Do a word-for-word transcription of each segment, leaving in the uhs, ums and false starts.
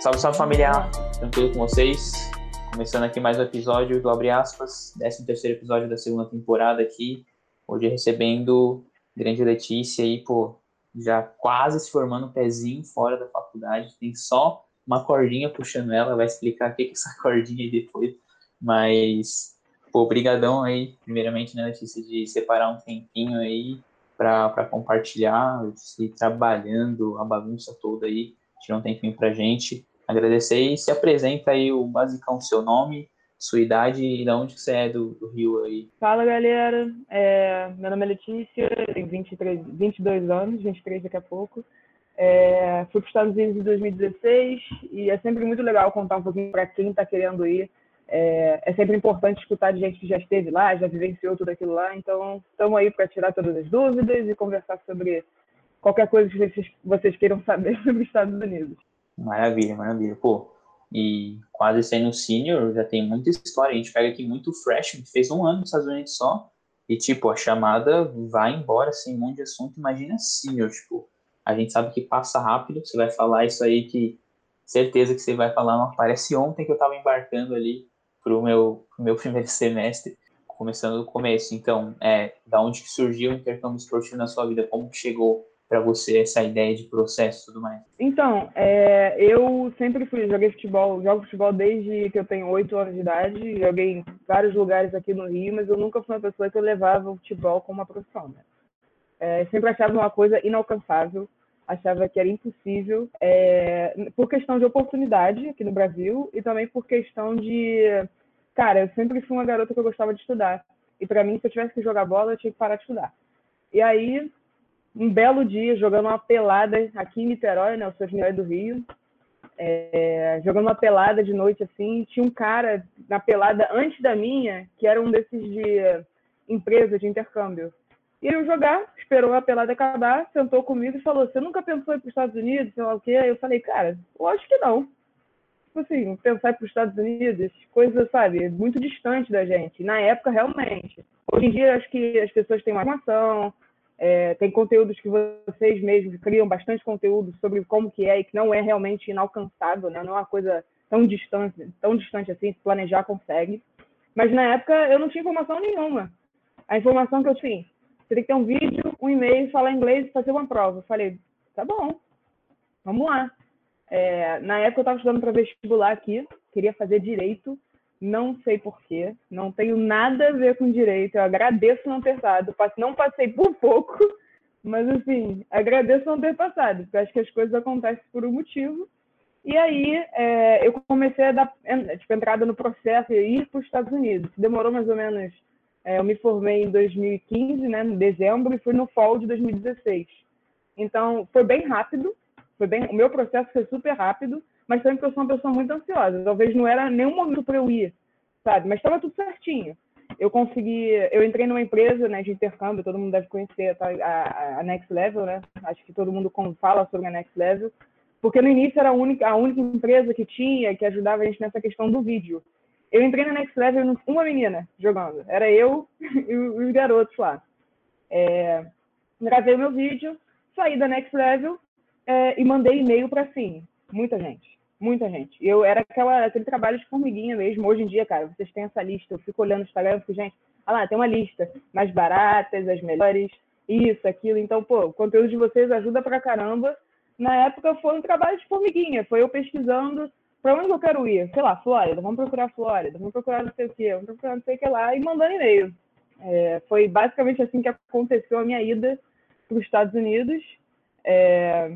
Salve, salve família, tranquilo com vocês? Começando aqui mais um episódio do Abre Aspas, décimo terceiro episódio da segunda temporada aqui. Hoje recebendo grande Letícia aí, pô, já quase se formando um pezinho fora da faculdade, tem só uma cordinha puxando ela, vai explicar o que é essa cordinha aí depois, mas, pô, brigadão aí, primeiramente, né, Letícia, de separar um tempinho aí para compartilhar, se trabalhando, a bagunça toda aí, tirar um tempinho pra gente. Agradecer e se apresenta aí o basicão, seu nome, sua idade e de onde que você é do, do Rio aí. Fala, galera. É, meu nome é Letícia, tenho vinte e três, vinte e dois anos, vinte e três daqui a pouco. É, fui para os Estados Unidos em dois mil e dezesseis e é sempre muito legal contar um pouquinho para quem está querendo ir. É, é sempre importante escutar de gente que já esteve lá, já vivenciou tudo aquilo lá. Então, estamos aí para tirar todas as dúvidas e conversar sobre qualquer coisa que vocês, vocês queiram saber sobre os Estados Unidos. Maravilha, maravilha. Pô, e quase sendo sênior, já tem muita história. A gente pega aqui muito freshman, fez um ano nos Estados Unidos só, e tipo, a chamada vai embora sem um monte de assunto. Imagina sênior, tipo, a gente sabe que passa rápido, você vai falar isso aí que certeza que você vai falar, não, parece ontem que eu tava embarcando ali pro meu, pro meu primeiro semestre, começando do começo. Então, é, da onde que surgiu o intercâmbio esportivo na sua vida? Como que chegou para você essa ideia de processo e tudo mais? Então, é, eu sempre fui, joguei futebol, jogo futebol desde que eu tenho oito anos de idade, joguei em vários lugares aqui no Rio, mas eu nunca fui uma pessoa que eu levava o futebol como uma profissão, né? É, sempre achava uma coisa inalcançável, achava que era impossível, é, por questão de oportunidade aqui no Brasil e também por questão de... Cara, eu sempre fui uma garota que eu gostava de estudar, e para mim, se eu tivesse que jogar bola, eu tinha que parar de estudar. E aí, um belo dia, jogando uma pelada aqui em Niterói, né, eu sou de Niterói do Rio, é, jogando uma pelada de noite assim, tinha um cara na pelada antes da minha, que era um desses de empresa de intercâmbio. E eu jogar, esperou a pelada acabar, sentou comigo e falou: você nunca pensou em ir para os Estados Unidos, sei lá o quê? Aí eu falei: cara, lógico que não. Tipo assim, pensar em ir para os Estados Unidos, coisa, sabe, muito distante da gente. Na época, realmente. Hoje em dia, acho que as pessoas têm mais informação, é, tem conteúdos que vocês mesmos criam bastante conteúdo sobre como que é e que não é realmente inalcançável, né? Não é uma coisa tão distante, tão distante assim, se planejar consegue. Mas na época eu não tinha informação nenhuma. A informação que eu tinha, você tem que ter um vídeo, um e-mail, falar inglês e fazer uma prova. Eu falei, tá bom, vamos lá. É, na época eu estava estudando para vestibular aqui, queria fazer direito, não sei porquê, não tenho nada a ver com direito, eu agradeço não ter dado, não passei por pouco, mas assim, agradeço não ter passado, porque acho que as coisas acontecem por um motivo. E aí é, eu comecei a dar tipo, entrada no processo e ir para os Estados Unidos. Demorou mais ou menos, é, eu me formei em dois mil e quinze, né, em dezembro, e fui no fall de dois mil e dezesseis. Então, foi bem rápido, foi bem, o meu processo foi super rápido, mas também porque eu sou uma pessoa muito ansiosa. Talvez não era nenhum momento para eu ir, sabe? Mas estava tudo certinho. Eu consegui, eu entrei numa empresa, né, de intercâmbio, todo mundo deve conhecer a, a, a Next Level, né? Acho que todo mundo fala sobre a Next Level, porque no início era a única, a única empresa que tinha, que ajudava a gente nessa questão do vídeo. Eu entrei na Next Level, uma menina jogando, era eu e os garotos lá. É, gravei o meu vídeo, saí da Next Level é, e mandei e-mail para, assim, muita gente, muita gente. Eu era aquela, aquele trabalho de formiguinha mesmo. Hoje em dia, cara, vocês têm essa lista, eu fico olhando no Instagram e fico, gente, olha lá, tem uma lista, mais baratas, as melhores, isso, aquilo. Então, pô, o conteúdo de vocês ajuda pra caramba. Na época foi um trabalho de formiguinha, foi eu pesquisando para onde eu quero ir. Sei lá, Flórida, vamos procurar Flórida, vamos procurar não sei o quê, vamos procurar não sei o que lá, e mandando e-mail. É, foi basicamente assim que aconteceu a minha ida para os Estados Unidos. É,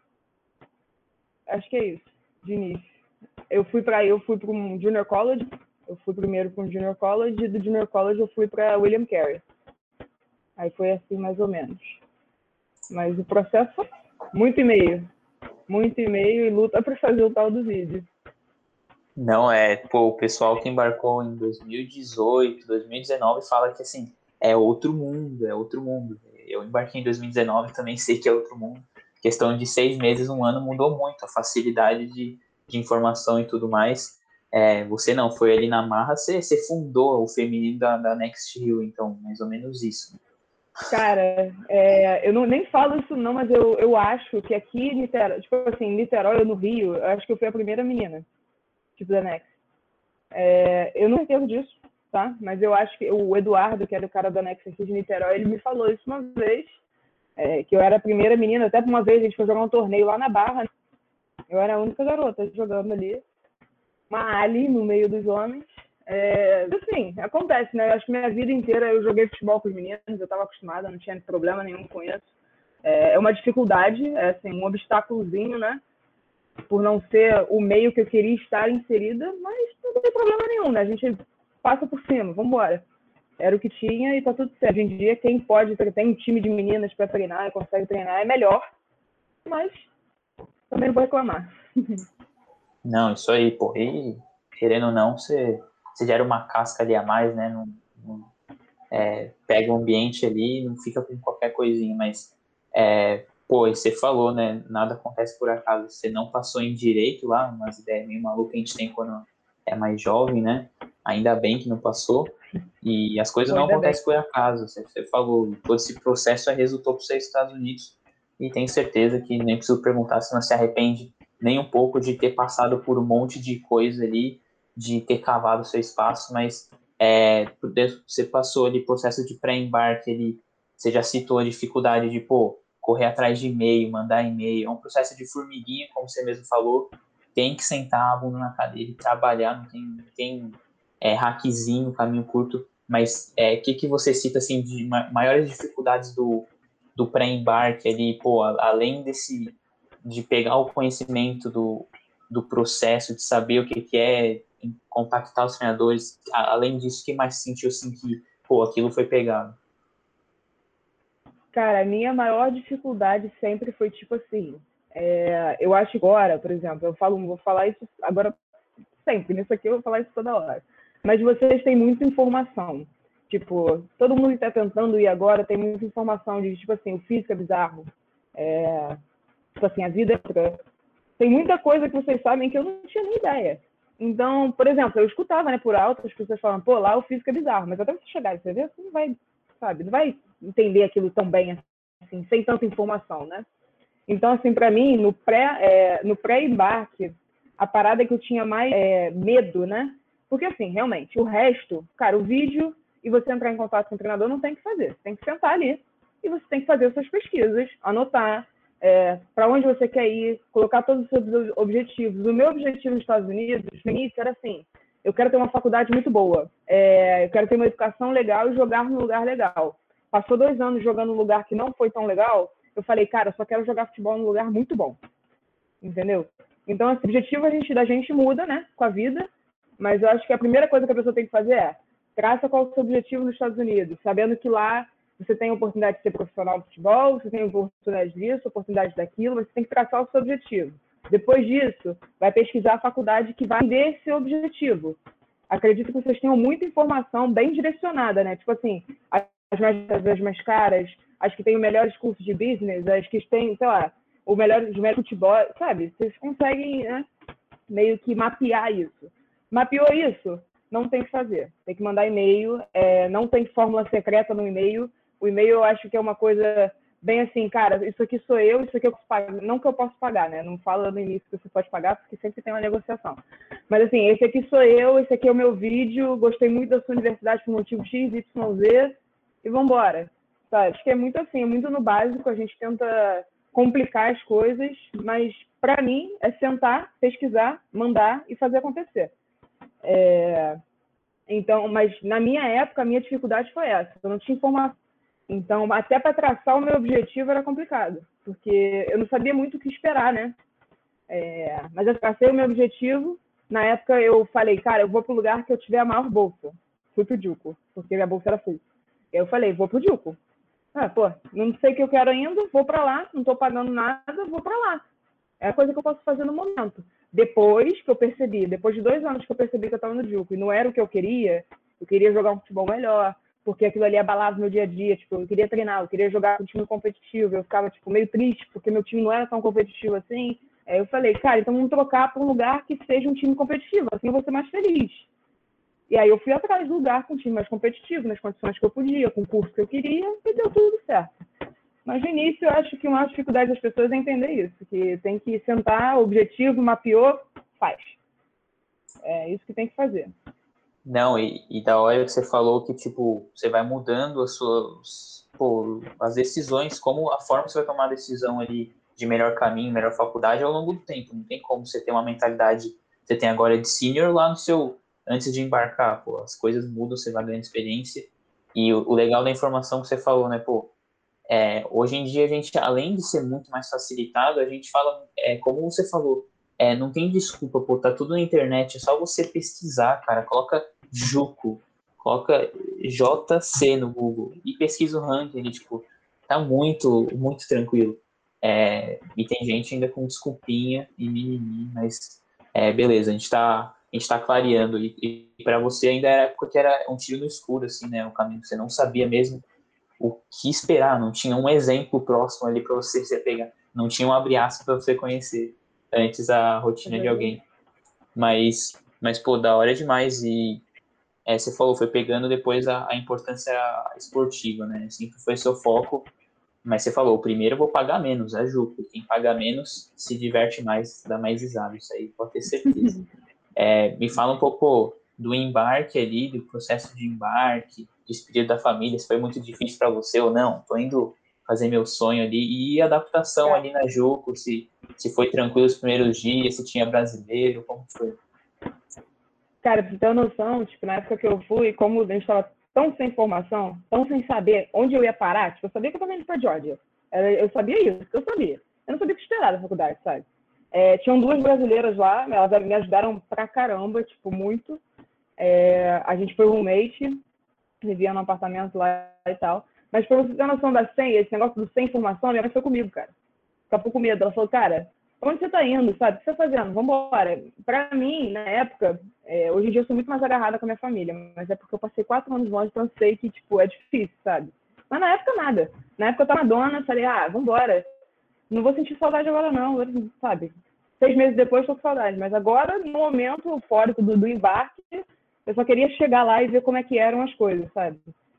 acho que é isso, de início. Eu fui para eu fui para um Junior College, eu fui primeiro para um Junior College, e do Junior College eu fui para William Carey. Aí foi assim mais ou menos. Mas o processo foi muito e-mail, muito e-mail e luta para fazer o tal do vídeo. Não, é, pô, o pessoal que embarcou em dois mil e dezoito, dois mil e dezenove fala que, assim, é outro mundo, é outro mundo. Eu embarquei em dois mil e dezenove, também sei que é outro mundo. Questão de seis meses, um ano, mudou muito a facilidade de, de informação e tudo mais. É, você não, foi ali na marra, você, você fundou o feminino da, da Next Hill, então, mais ou menos isso. Cara, é, É, eu não, nem falo isso não, mas eu, eu acho que aqui em Niterói, tipo assim, em Niterói ou no Rio, eu acho que eu fui a primeira menina, tipo, da Next. É, eu não entendo disso, tá? Mas eu acho que o Eduardo, que era o cara da Next aqui de Niterói, ele me falou isso uma vez, é, que eu era a primeira menina, até uma vez a gente foi jogar um torneio lá na Barra, né? Eu era a única garota jogando ali, uma ali no meio dos homens. É, assim, acontece, né? Eu acho que minha vida inteira eu joguei futebol com os meninos, eu estava acostumada, não tinha problema nenhum com isso. É, é uma dificuldade, é assim, um obstáculozinho, né? Por não ser o meio que eu queria estar inserida, mas não tem problema nenhum, né? A gente passa por cima, vamos embora. Era o que tinha e tá tudo certo. Hoje em dia, quem pode, tem um time de meninas para treinar e consegue treinar, é melhor, mas também não vou reclamar. Não, isso aí, pô. E, querendo ou não, você, você gera uma casca ali a mais, né? Não, não, é, pega o ambiente ali, não fica com qualquer coisinha, mas, é, pô, e você falou, né? Nada acontece por acaso. Você não passou em direito lá, umas ideias meio malucas que a gente tem quando é mais jovem, né? Ainda bem que não passou. E as coisas Pô, não ainda bem. acontecem por acaso. Você, você falou, todo esse processo aí resultou para os Estados Unidos. E tenho certeza que nem preciso perguntar se não se arrepende nem um pouco de ter passado por um monte de coisa ali, de ter cavado seu espaço, mas é, você passou ali processo de pré-embarque, ali, você já citou a dificuldade de, pô, correr atrás de e-mail, mandar e-mail, é um processo de formiguinha, como você mesmo falou, tem que sentar a bunda na cadeira e trabalhar, não tem, não tem é, hackzinho, caminho curto, mas o é, que, que você cita, assim, de maiores dificuldades do, do pré-embarque ali, pô, além desse de pegar o conhecimento do, do processo, de saber o que, que é, contactar os treinadores, além disso, o que mais sentiu assim que, pô, aquilo foi pegado? Cara, a minha maior dificuldade sempre foi tipo assim, é, eu acho que agora, por exemplo, eu falo, vou falar isso agora sempre, nisso aqui eu vou falar isso toda hora, mas vocês têm muita informação, tipo, todo mundo que está tentando ir agora tem muita informação de, tipo assim, o físico é bizarro, é, tipo assim, a vida é outra. Tem muita coisa que vocês sabem que eu não tinha nem ideia. Então, por exemplo, eu escutava, né, por alto, as pessoas falando, pô, lá o físico é bizarro, mas até você chegar e você ver, você não vai, sabe, não vai entender aquilo tão bem, assim, sem tanta informação, né? Então, assim, para mim, no pré, é, no pré-embarque, a parada que eu tinha mais é, medo, né? Porque, assim, realmente, o resto, cara, o vídeo e você entrar em contato com o treinador não tem que fazer. Você tem que sentar ali e você tem que fazer as suas pesquisas, anotar é, para onde você quer ir, colocar todos os seus objetivos. O meu objetivo nos Estados Unidos, no início, era assim, eu quero ter uma faculdade muito boa, é, eu quero ter uma educação legal e jogar num lugar legal. Passou dois anos jogando num lugar que não foi tão legal, eu falei, cara, eu só quero jogar futebol num lugar muito bom. Entendeu? Então, esse objetivo a gente, da gente muda, né, com a vida, mas eu acho que a primeira coisa que a pessoa tem que fazer é traça qual é o seu objetivo nos Estados Unidos, sabendo que lá você tem a oportunidade de ser profissional de futebol, você tem a oportunidade disso, a oportunidade daquilo, você tem que traçar o seu objetivo. Depois disso, vai pesquisar a faculdade que vai ter esse objetivo. Acredito que vocês tenham muita informação bem direcionada, né? Tipo assim, as mais, as mais caras, as que têm os melhores cursos de business, as que têm, sei lá, o melhor, os melhores futebol, sabe? Vocês conseguem, né, meio que mapear isso. Mapeou isso? Não tem que fazer. Tem que mandar e-mail, é, não tem fórmula secreta no e-mail. O e-mail eu acho que é uma coisa bem assim, cara, isso aqui sou eu, isso aqui eu posso pagar. Não que eu posso pagar, né? Não fala no início que você pode pagar, porque sempre tem uma negociação. Mas assim, esse aqui sou eu, esse aqui é o meu vídeo, gostei muito da sua universidade por motivo X, Y, Z, e vambora. Tá? Acho que é muito assim, é muito no básico, a gente tenta complicar as coisas, mas para mim é sentar, pesquisar, mandar e fazer acontecer. É... Então, mas na minha época, a minha dificuldade foi essa, eu não tinha informação. Então, até para traçar o meu objetivo era complicado, porque eu não sabia muito o que esperar, né? É... Mas eu tracei o meu objetivo, na época eu falei, cara, eu vou para o lugar que eu tiver a maior bolsa. Fui pro Juco, porque minha bolsa era full. Eu falei, vou pro Juco. Ah, pô, não sei o que eu quero ainda, vou para lá, não estou pagando nada, vou para lá. É a coisa que eu posso fazer no momento. Depois que eu percebi, depois de dois anos que eu percebi que eu estava no Juco e não era o que eu queria, eu queria jogar um futebol melhor, porque aquilo ali abalava o meu dia a dia, tipo, eu queria treinar, eu queria jogar com um time competitivo, eu ficava, tipo, meio triste, porque meu time não era tão competitivo assim. Aí eu falei, cara, então vamos trocar para um lugar que seja um time competitivo, assim eu vou ser mais feliz. E aí eu fui atrás do lugar com um time mais competitivo, nas condições que eu podia, com o curso que eu queria, e deu tudo certo. Mas no início eu acho que uma dificuldade das pessoas é entender isso, que tem que sentar, objetivo, mapeou, faz. É isso que tem que fazer. Não, e, e da hora que você falou que, tipo, você vai mudando as suas, pô, as decisões, como a forma que você vai tomar a decisão ali de melhor caminho, melhor faculdade ao longo do tempo. Não tem como você ter uma mentalidade que você tem agora de senior lá no seu, antes de embarcar, pô, as coisas mudam, você vai ganhando experiência. E o, o legal da informação que você falou, né, pô, é, hoje em dia a gente, além de ser muito mais facilitado, a gente fala, é, como você falou, é, não tem desculpa, pô, tá tudo na internet, é só você pesquisar, cara, coloca Juco, coloca J C no Google e pesquisa o ranking, ele, tipo, tá muito, muito tranquilo. É, e tem gente ainda com desculpinha e mimimi, mas é, beleza, a gente tá, a gente tá clareando. E, e para você ainda era época que era um tiro no escuro, assim, né? O caminho que você não sabia mesmo o que esperar, não tinha um exemplo próximo ali para você se pegar, não tinha um abre aspas para você conhecer antes a rotina de alguém. Mas, mas pô, da hora demais. E é, você falou, foi pegando depois a, a importância esportiva, né? Sempre foi seu foco. Mas você falou, primeiro eu vou pagar menos, é justo. Quem paga menos se diverte mais, dá mais risada. Isso aí pode ter certeza. É, me fala um pouco do embarque ali, do processo de embarque, despedir da família, se foi muito difícil para você ou não. Tô indo fazer meu sonho ali. E a adaptação ali na Juco, se, se foi tranquilo os primeiros dias, se tinha brasileiro, como foi? Cara, pra você ter uma noção, tipo, na época que eu fui, como a gente tava tão sem informação, tão sem saber onde eu ia parar, tipo, eu sabia que eu tava indo pra Georgia. Eu sabia isso, eu sabia. Eu não sabia o que esperar da faculdade, sabe? É, tinham duas brasileiras lá, elas me ajudaram pra caramba, tipo, muito. É, a gente foi roommate, vivia num apartamento lá e tal. Mas pra você ter noção da senha, esse negócio do sem informação, minha mãe foi comigo, cara. Ficou com medo. Ela falou, cara, onde você tá indo, sabe? O que você tá fazendo? Vambora. Pra mim, na época, é, hoje em dia eu sou muito mais agarrada com a minha família, mas é porque eu passei quatro anos longe, então eu sei que, tipo, é difícil, sabe? Mas na época, nada. Na época eu tava na dona, falei, ah, vambora. Não vou sentir saudade agora não, sabe? Seis meses depois tô com saudade, mas agora, no momento eufórico do, do embarque, eu só queria chegar lá e ver como é que eram as coisas, sabe?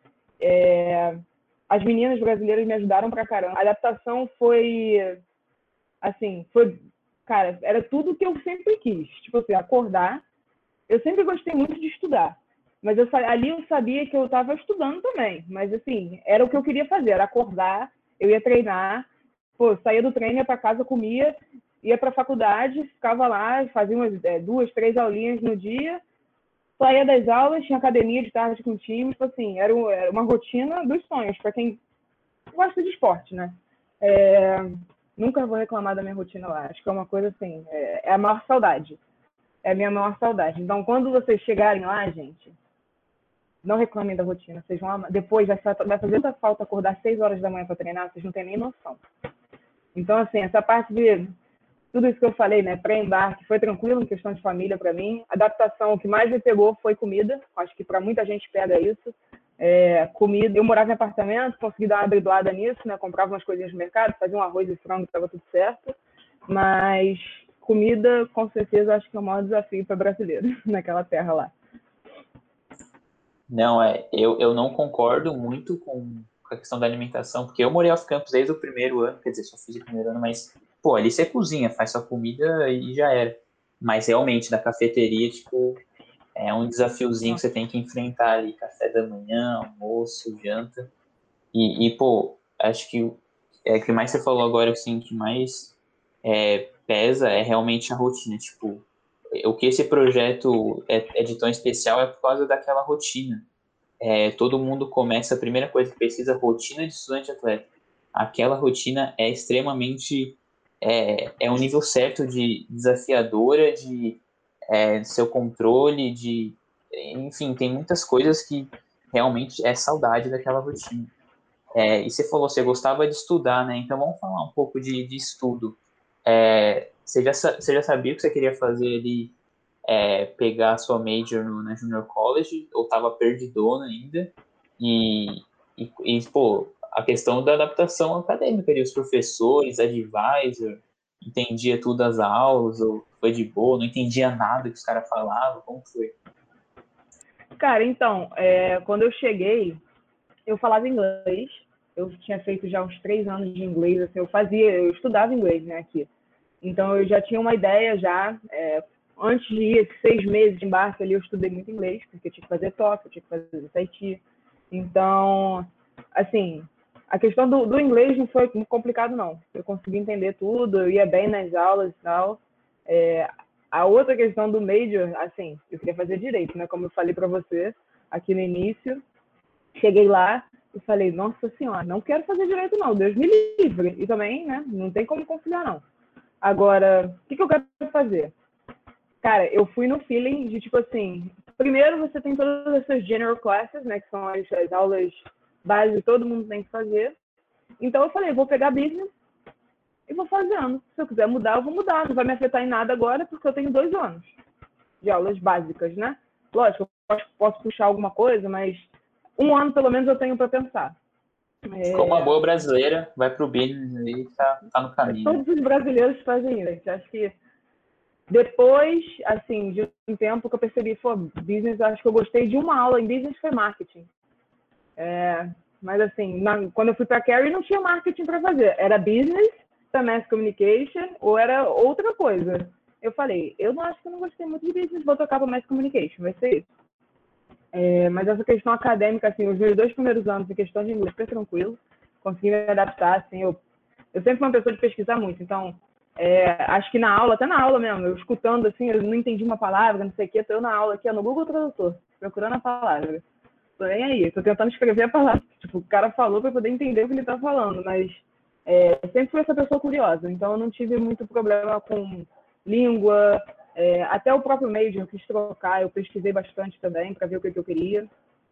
É, as meninas brasileiras me ajudaram pra caramba. A adaptação foi, assim, foi, cara, era tudo que eu sempre quis. Tipo assim, acordar. Eu sempre gostei muito de estudar, mas eu, ali eu sabia que eu estava estudando também. Mas, assim, era o que eu queria fazer, era acordar, eu ia treinar, pô, saía do treino, ia para casa, comia, ia para a faculdade, ficava lá, fazia umas é, duas, três aulinhas no dia, saía das aulas, tinha academia de tarde com o time, tipo assim, era, era uma rotina dos sonhos, para quem gosta de esporte, né? É, nunca vou reclamar da minha rotina lá, acho que é uma coisa assim, é, é a maior saudade. É a minha maior saudade. Então, quando vocês chegarem lá, gente, não reclamem da rotina. Vocês vão amar. Depois vai fazer tanta falta acordar às seis horas da manhã para treinar, vocês não têm nem noção. Então, assim, essa parte de tudo isso que eu falei, né, pré-embarque, foi tranquilo em questão de família para mim. A adaptação, o que mais me pegou foi comida. Acho que para muita gente pega isso. É, comida. Eu morava em apartamento, consegui dar uma driblada nisso, né? Comprava umas coisinhas no mercado, fazia um arroz e frango, estava tudo certo. Mas comida, com certeza, acho que é o maior desafio para brasileiro naquela terra lá. Não, é, eu, eu não concordo muito com a questão da alimentação, porque eu morei off-campus desde o primeiro ano, quer dizer, só fiz o primeiro ano, mas, pô, ali você cozinha, faz sua comida e já era. Mas realmente, na cafeteria, tipo, é um desafiozinho que você tem que enfrentar ali, café da manhã, almoço, janta. E, e pô, acho que é, o que mais você falou agora, assim, que mais é, pesa é realmente a rotina. Tipo, o que esse projeto é, é de tão especial é por causa daquela rotina. É, todo mundo começa, a primeira coisa que precisa, rotina de estudante atleta. Aquela rotina é extremamente, é, é um nível certo de desafiadora, de é, seu controle, de, enfim, tem muitas coisas que realmente é saudade daquela rotina. É, e você falou, você gostava de estudar, né? Então vamos falar um pouco de, de estudo. É, você, já, você já sabia o que você queria fazer ali, é, pegar a sua major no, na Junior College, ou estava perdidona ainda? E, e, e, pô, a questão da adaptação acadêmica, ali, os professores, advisor, entendia tudo as aulas, ou foi de boa, não entendia nada que os caras falavam, como foi? Cara, então, é, quando eu cheguei, eu falava inglês, eu tinha feito já uns três anos de inglês, assim, eu fazia, eu estudava inglês, né, aqui. Então, eu já tinha uma ideia já, é, antes de ir, esses seis meses de embarque ali, eu estudei muito inglês, porque eu tinha que fazer TOEFL, eu tinha que fazer S A T. Então, assim, a questão do, do inglês não foi muito complicado, não. Eu consegui entender tudo, eu ia bem nas aulas e tal. É, a outra questão do major, assim, eu queria fazer direito, né? Como eu falei para você aqui no início. Cheguei lá e falei, nossa senhora, não quero fazer direito não, Deus me livre. E também, né, não tem como conciliar não. Agora, o que, que eu quero fazer? Cara, eu fui no feeling de, tipo assim, primeiro você tem todas essas general classes, né, que são as, as aulas básicas que todo mundo tem que fazer. Então eu falei, vou pegar business e vou fazendo. Se eu quiser mudar, eu vou mudar. Não vai me afetar em nada agora, porque eu tenho dois anos de aulas básicas, né? Lógico, eu posso, posso puxar alguma coisa, mas um ano pelo menos eu tenho para pensar. Como uma É, boa brasileira, vai pro business e tá, tá no caminho. todos os brasileiros fazem isso. Acho que depois, assim, de um tempo que eu percebi, pô, business, acho que eu gostei de uma aula em business foi marketing. É, mas assim, na, quando eu fui para a Carey não tinha marketing para fazer. Era business, da mass communication, ou era outra coisa. Eu falei, eu não acho que eu não gostei muito de business, vou tocar para mass communication, vai ser isso. É, mas essa questão acadêmica, assim, os meus dois primeiros anos em questão de inglês foi tranquilo, consegui me adaptar, assim, eu, eu sempre fui uma pessoa de pesquisar muito, então, é, acho que na aula, até na aula mesmo, eu escutando, assim, eu não entendi uma palavra, não sei o quê, tô eu na aula aqui, ó, no Google Tradutor, procurando a palavra. Tô nem aí, tô tentando escrever a palavra, tipo, o cara falou para eu poder entender o que ele tá falando, mas é, eu sempre fui essa pessoa curiosa, então eu não tive muito problema com língua, é, até o próprio major eu quis trocar, eu pesquisei bastante também para ver o que, que eu queria.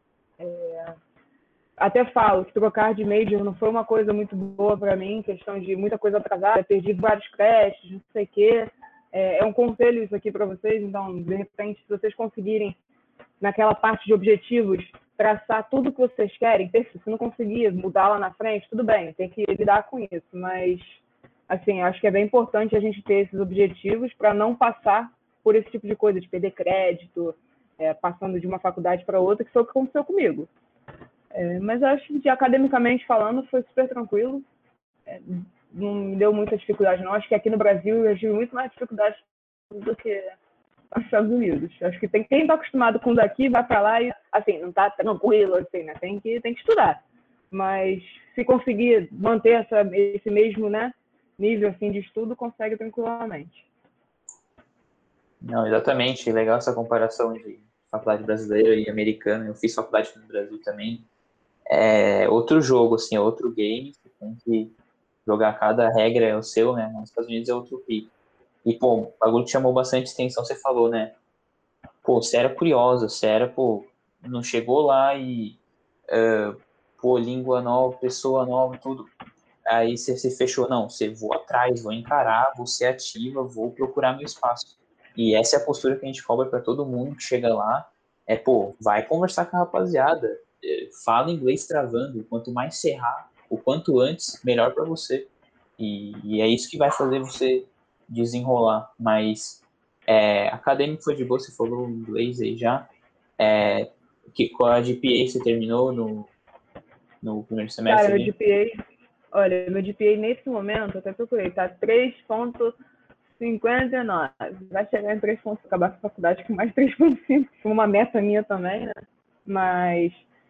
É, até falo que trocar de major não foi uma coisa muito boa para mim, questão de muita coisa atrasada, perdi vários créditos, não sei o quê. É, é um conselho isso aqui para vocês, então, de repente, se vocês conseguirem, naquela parte de objetivos, traçar tudo que vocês querem, se não conseguir mudar lá na frente, tudo bem, tem que lidar com isso, mas assim, acho que é bem importante a gente ter esses objetivos para não passar por esse tipo de coisa, de perder crédito, é, passando de uma faculdade para outra, que foi o que aconteceu comigo. É, mas eu acho que, academicamente falando, foi super tranquilo. É, não me deu muita dificuldade, não. Acho que aqui no Brasil eu tive muito mais dificuldade do que nos Estados Unidos. Acho que tem, quem está acostumado com o daqui vai para lá e, assim, não está tranquilo, assim, né? Tem que, tem que estudar. Mas se conseguir manter essa, esse mesmo, né, nível assim, de estudo, consegue tranquilamente. Não, exatamente. Legal essa comparação de faculdade brasileira e americana. Eu fiz faculdade no Brasil também. É outro jogo, assim, é outro game. Você tem que jogar, cada regra é o seu, né? Nos Estados Unidos é outro pique. E, pô, o bagulho que chamou bastante atenção, você falou, né? Pô, você era curiosa, você era, pô, não chegou lá e, uh, pô, língua nova, pessoa nova, tudo. Aí você se fechou, não, você vou atrás, vou encarar, vou ser ativa, vou procurar meu espaço. E essa é a postura que a gente cobra para todo mundo que chega lá, é, pô, vai conversar com a rapaziada, é, fala inglês travando, quanto mais cerrar, o quanto antes, melhor para você. E, e é isso que vai fazer você desenrolar. Mas é, acadêmico foi de boa, você falou inglês aí já. É, que, qual a G P A você terminou no, no primeiro Cara, semestre meu ali? G P A, olha, meu G P A nesse momento, até procurei, tá três ponto cinquenta e nove. Vai chegar em três pontos, acabar com a faculdade com mais três ponto cinco, foi uma meta minha também, né? Mas,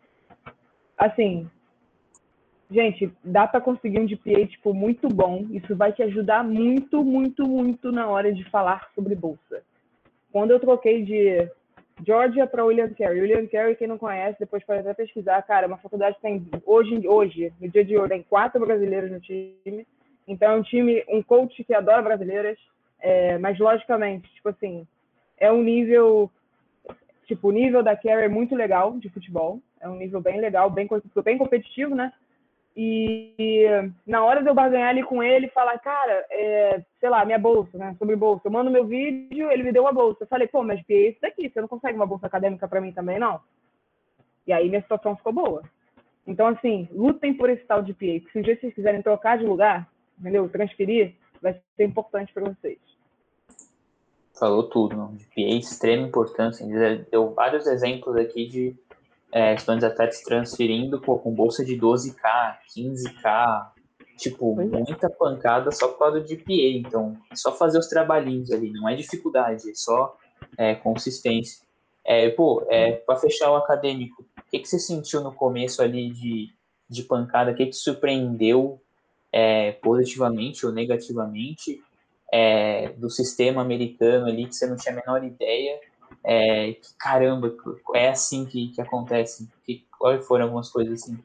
assim, gente, dá para conseguir um G P A tipo, muito bom. Isso vai te ajudar muito, muito, muito na hora de falar sobre bolsa. Quando eu troquei de Georgia para William Carey, William Carey, quem não conhece, depois pode até pesquisar, cara, uma faculdade que tem, hoje, hoje, no dia de hoje, tem quatro brasileiros no time. Então é um time, um coach que adora brasileiras, é, mas logicamente, tipo assim, é um nível, tipo, o nível da Carey é muito legal de futebol, é um nível bem legal, bem, bem competitivo, né? E na hora de eu barganhar ali com ele, falar, cara, é, sei lá, minha bolsa, né, sobre bolsa, eu mando meu vídeo, ele me deu uma bolsa. Eu falei, pô, mas G P A é isso daqui, você não consegue uma bolsa acadêmica para mim também, não? E aí minha situação ficou boa. Então, assim, lutem por esse tal de G P A, porque se vocês quiserem trocar de lugar, entendeu, transferir, vai ser importante para vocês. Falou tudo, não? G P A, extrema importância. Deu vários exemplos aqui de é, estudantes atletas transferindo, pô, com bolsa de doze k, quinze k, tipo, Pois é. muita pancada só por causa do G P A. Então, é só fazer os trabalhinhos ali, não é dificuldade, é só é, consistência. É, pô, é, para fechar o acadêmico, o que, que você sentiu no começo ali de, de pancada? O que, que te surpreendeu é, positivamente ou negativamente é, do sistema americano ali que você não tinha a menor ideia? É, que, caramba, é assim que, que acontece. Que, quais foram algumas coisas assim?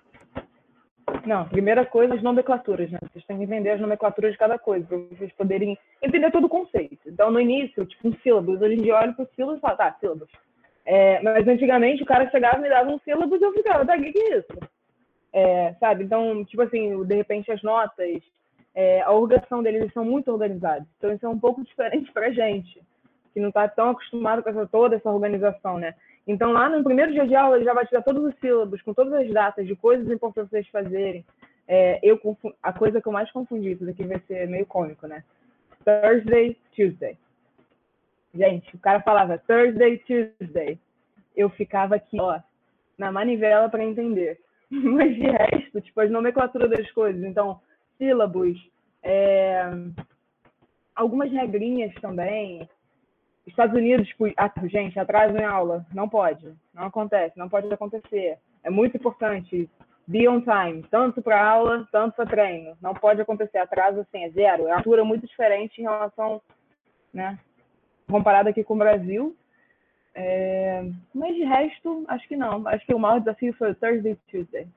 Não, primeira coisa, as nomenclaturas, né? Vocês têm que entender as nomenclaturas de cada coisa, para vocês poderem entender todo o conceito. Então, no início, tipo, um sílabus, hoje em dia eu olho para o sílabus e falo, tá, sílabus. É, mas antigamente o cara chegava e me dava um sílabus e eu ficava, tá, o que, que é isso? É, sabe? Então, tipo assim, de repente as notas, é, a organização deles, eles são muito organizados. Então, isso é um pouco diferente pra gente, que não está tão acostumado com essa, toda essa organização, né? Então, lá no primeiro dia de aula, ele já vai te dar todos os sílabos, com todas as datas de coisas importantes para vocês fazerem. É, eu, a coisa que eu mais confundi, isso daqui vai ser meio cômico, né? Thursday, Tuesday. Gente, o cara falava Thursday, Tuesday. Eu ficava aqui, ó, na manivela para entender. Mas de resto, tipo, as nomenclaturas das coisas. Então, sílabos, é, algumas regrinhas também. Estados Unidos, tipo, ah, gente, atraso em aula. Não pode. Não acontece. Não pode acontecer. É muito importante. Be on time. Tanto para aula, tanto para treino. Não pode acontecer. Atraso, assim, é zero. É uma altura muito diferente em relação, né? Comparado aqui com o Brasil. É... Mas de resto, acho que não. Acho que o maior desafio foi o Thursday e Tuesday.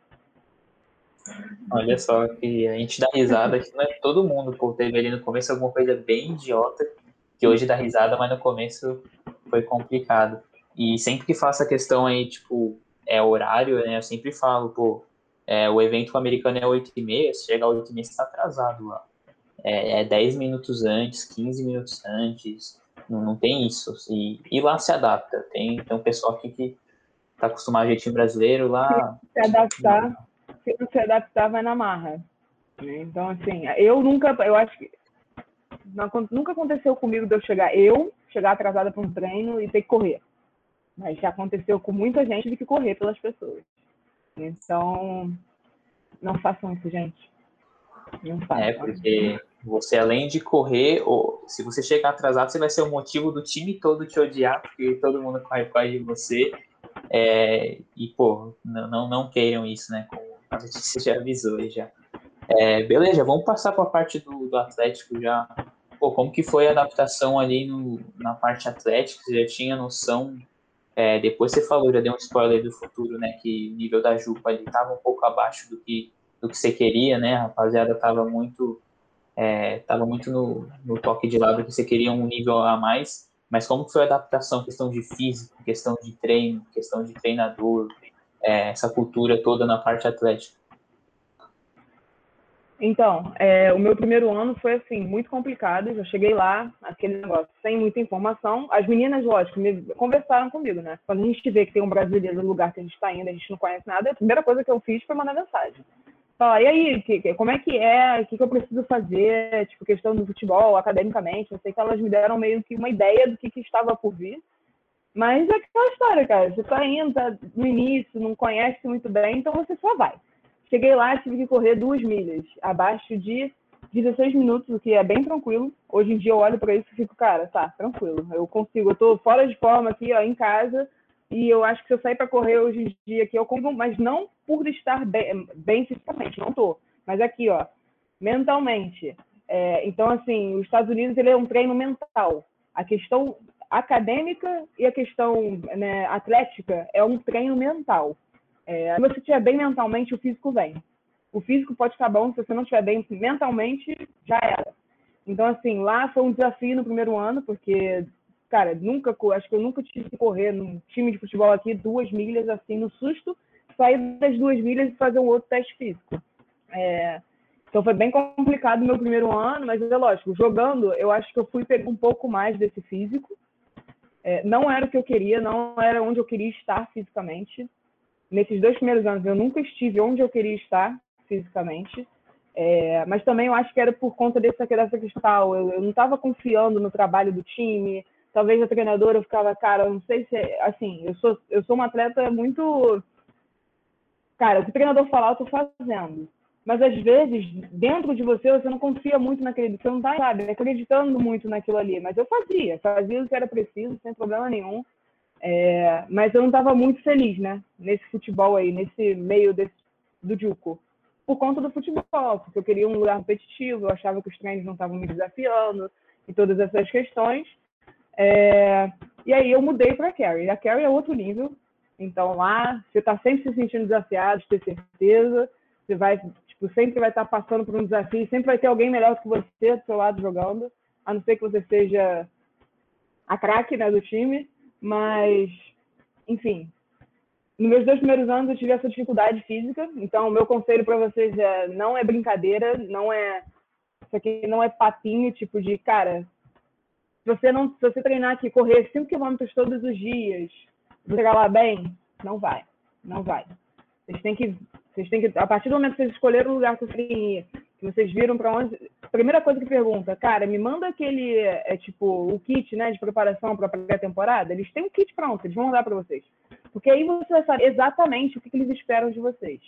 Olha só, que a gente dá risada, que não é todo mundo, pô, teve ali no começo alguma coisa bem idiota, que hoje dá risada, mas no começo foi complicado. E sempre que faço a questão aí, tipo, é horário, né, eu sempre falo, pô, é, o evento americano é oito e meia, se chegar às oito e meia você tá atrasado lá. É, é dez minutos antes, quinze minutos antes, não, não tem isso. E, e lá se adapta, tem, tem um pessoal aqui que tá acostumado ao jeitinho brasileiro, lá... Se adaptar, se não se adaptar, vai na marra. Então, assim, eu nunca, eu acho que não, nunca aconteceu comigo de eu chegar, eu chegar atrasada para um treino e ter que correr. Mas já aconteceu com muita gente de que correr pelas pessoas. Então, não façam isso, gente. Não É, façam. porque você, além de correr, ou se você chegar atrasado, você vai ser o motivo do time todo te odiar, porque todo mundo corre por causa de você. É, e, pô, não, não, não queiram isso, né? Como a Letícia já avisou aí já. É, beleza, vamos passar para a parte do, do Atlético já. Pô, como que foi a adaptação ali no, na parte atlética? Você já tinha noção? É, depois você falou, já deu um spoiler do futuro, né? Que o nível da Jupa ali estava um pouco abaixo do que, do que você queria, né? A rapaziada estava muito, é, tava muito no, no toque de lado que você queria um nível a mais. Mas como que foi a adaptação? Questão de físico, questão de treino, questão de treinador, é, essa cultura toda na parte atlética? Então, é, o meu primeiro ano foi, assim, muito complicado. Eu cheguei lá, aquele negócio, sem muita informação. As meninas, lógico, me, conversaram comigo, né? Quando a gente vê que tem um brasileiro no lugar que a gente está indo, a gente não conhece nada, a primeira coisa que eu fiz foi mandar mensagem. Falar, e aí, que, que, como é que é? O que, que eu preciso fazer? Tipo, questão do futebol, academicamente. Eu sei que elas me deram meio que uma ideia do que, que estava por vir. Mas é aquela história, cara. Você tá indo, tá no início, não conhece muito bem, então você só vai. Cheguei lá, tive que correr duas milhas, abaixo de dezesseis minutos, o que é bem tranquilo. Hoje em dia eu olho para isso e fico, cara, tá, tranquilo. Eu consigo, eu tô fora de forma aqui, ó, em casa, e eu acho que se eu sair para correr hoje em dia aqui, eu consigo, mas não por estar bem, bem fisicamente, não tô. Mas aqui, ó, mentalmente. É, então, assim, os Estados Unidos, ele é um treino mental. A questão acadêmica e a questão, né, atlética é um treino mental. É, se você estiver bem mentalmente, o físico vem. O físico pode ficar bom, se você não estiver bem mentalmente, já era. Então, assim, lá foi um desafio no primeiro ano, porque, cara, nunca, acho que eu nunca tive que correr num time de futebol aqui duas milhas, assim, no susto, sair das duas milhas e fazer um outro teste físico. É, então foi bem complicado no meu primeiro ano, mas é lógico, jogando, eu acho que eu fui pegar um pouco mais desse físico. É, não era o que eu queria, não era onde eu queria estar fisicamente. Nesses dois primeiros anos eu nunca estive onde eu queria estar fisicamente, é, mas também eu acho que era por conta dessa, dessa questão. Eu, eu não estava confiando no trabalho do time, talvez a treinadora eu ficava, cara, eu não sei se, assim, eu sou, eu sou uma atleta muito, cara, o que o treinador falar eu tô fazendo. Mas às vezes, dentro de você, você não confia muito naquele, você não tá, sabe, acreditando muito naquilo ali. Mas eu fazia, fazia o que era preciso, sem problema nenhum. É, mas eu não estava muito feliz, né? Nesse futebol aí, nesse meio desse, do Juco. Por conta do futebol, porque eu queria um lugar competitivo, eu achava que os treinos não estavam me desafiando e todas essas questões. É, e aí eu mudei para a Carry. A Carry é outro nível. Então lá, você está sempre se sentindo desafiado, ter certeza. Você vai, tipo, sempre vai estar tá passando por um desafio, sempre vai ter alguém melhor do que você do seu lado jogando, a não ser que você seja a craque, né, do time. Mas, enfim, nos meus dois primeiros anos eu tive essa dificuldade física. Então, o meu conselho para vocês é: não é brincadeira, não é, isso aqui não é papinho, tipo de, cara, se você, não, se você treinar aqui, correr cinco quilômetros todos os dias, você chegar lá bem, não vai, não vai. Vocês têm que, vocês têm que, a partir do momento que vocês escolheram o lugar que vocês querem ir, que vocês viram para onde, a primeira coisa que pergunta, cara, me manda aquele, é tipo, o kit, né, de preparação para a pré-temporada. Eles têm um kit pronto, eles vão mandar para vocês. Porque aí você vai saber exatamente o que, que eles esperam de vocês.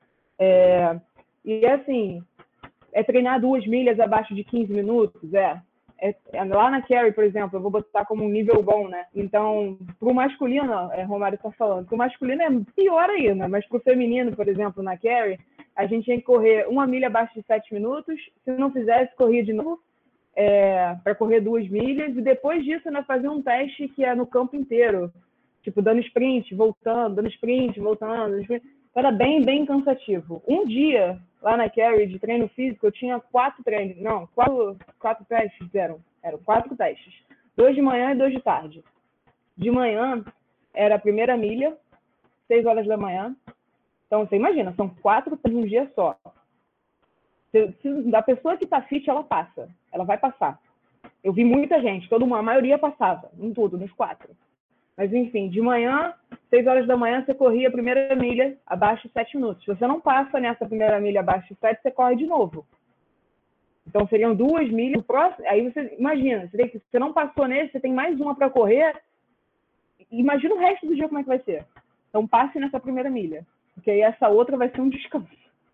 É, e assim, é treinar duas milhas abaixo de quinze minutos, é. É, é, lá na Carry, por exemplo, eu vou botar como um nível bom, né? Então, pro masculino, é, Romário está falando, pro masculino é pior ainda, mas pro feminino, por exemplo, na Carry, a gente tinha que correr uma milha abaixo de sete minutos, se não fizesse, corria de novo, é, para correr duas milhas, e depois disso, nós fazíamos um teste que é no campo inteiro, tipo, dando sprint, voltando, dando sprint, voltando, dando sprint. Era bem, bem cansativo. Um dia, lá na Carry, de treino físico, eu tinha quatro treinos, não, quatro, quatro testes, eram, eram quatro testes. Dois de manhã e dois de tarde. De manhã, era a primeira milha, seis horas da manhã. Então, você imagina, são quatro testes num dia só. Se, se, da pessoa que tá fit, ela passa. Ela vai passar. Eu vi muita gente, todo mundo, a maioria passava, em tudo, nos quatro. Mas, enfim, de manhã, seis horas da manhã, você corria a primeira milha abaixo de sete minutos. Se você não passa nessa primeira milha abaixo de sete, você corre de novo. Então, seriam duas milhas. Próximo, aí você, imagina, você, tem que, você não passou nesse, você tem mais uma para correr. Imagina o resto do dia como é que vai ser. Então, passe nessa primeira milha. Porque aí essa outra vai ser um descanso.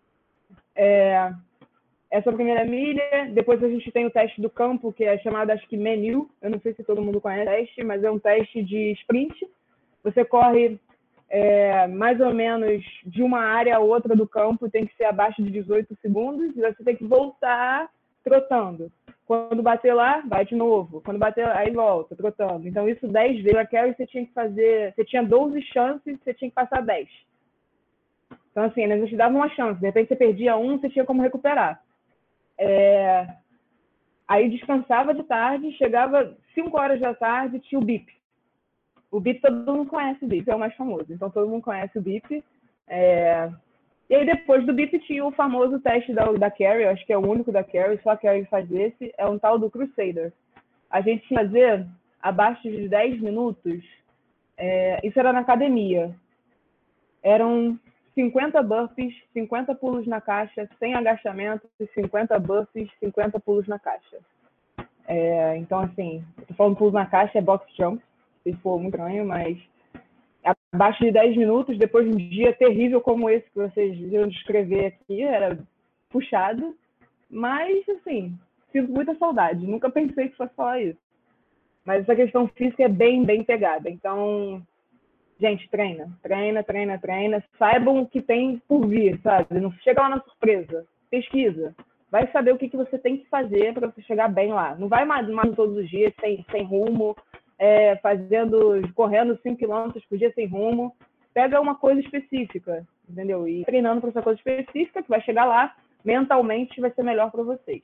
É, essa primeira milha, depois a gente tem o teste do campo, que é chamado, acho que, menu. Eu não sei se todo mundo conhece o teste, mas é um teste de sprint. Você corre é, mais ou menos de uma área a outra do campo, tem que ser abaixo de dezoito segundos, e você tem que voltar trotando. Quando bater lá, vai de novo. Quando bater, aí volta, trotando. Então, isso dez vezes. A Carry, você tinha que fazer... Você tinha doze chances, você tinha que passar dez. Então, assim, eles te davam uma chance. De repente, você perdia um, você tinha como recuperar. É... Aí descansava de tarde, chegava cinco horas da tarde, tinha o B I P. O B I P, todo mundo conhece o B I P, é o mais famoso. Então, todo mundo conhece o B I P. É... E aí, depois do B I P, tinha o famoso teste da, da Carry, eu acho que é o único da Carry, só a Carry faz esse, é um tal do Crusader. A gente tinha que fazer abaixo de dez minutos, é... isso era na academia. Eram cinquenta burpees, cinquenta pulos na caixa, cem agachamentos, cinquenta burpees, cinquenta pulos na caixa. É, então, assim, eu tô falando pulos na caixa, é box jump, se for muito estranho, mas abaixo de dez minutos, depois de um dia terrível como esse que vocês viram descrever aqui, era puxado, mas, assim, sinto muita saudade, nunca pensei que fosse falar isso. Mas essa questão física é bem, bem pegada, então... Gente, treina, treina, treina, treina. Saibam o que tem por vir, sabe? Não chega lá na surpresa. Pesquisa. Vai saber o que, que você tem que fazer para você chegar bem lá. Não vai mais, mais todos os dias, sem, sem rumo, é, fazendo, correndo cinco quilômetros por dia sem rumo. Pega uma coisa específica, entendeu? E treinando para essa coisa específica, que vai chegar lá, mentalmente vai ser melhor para vocês.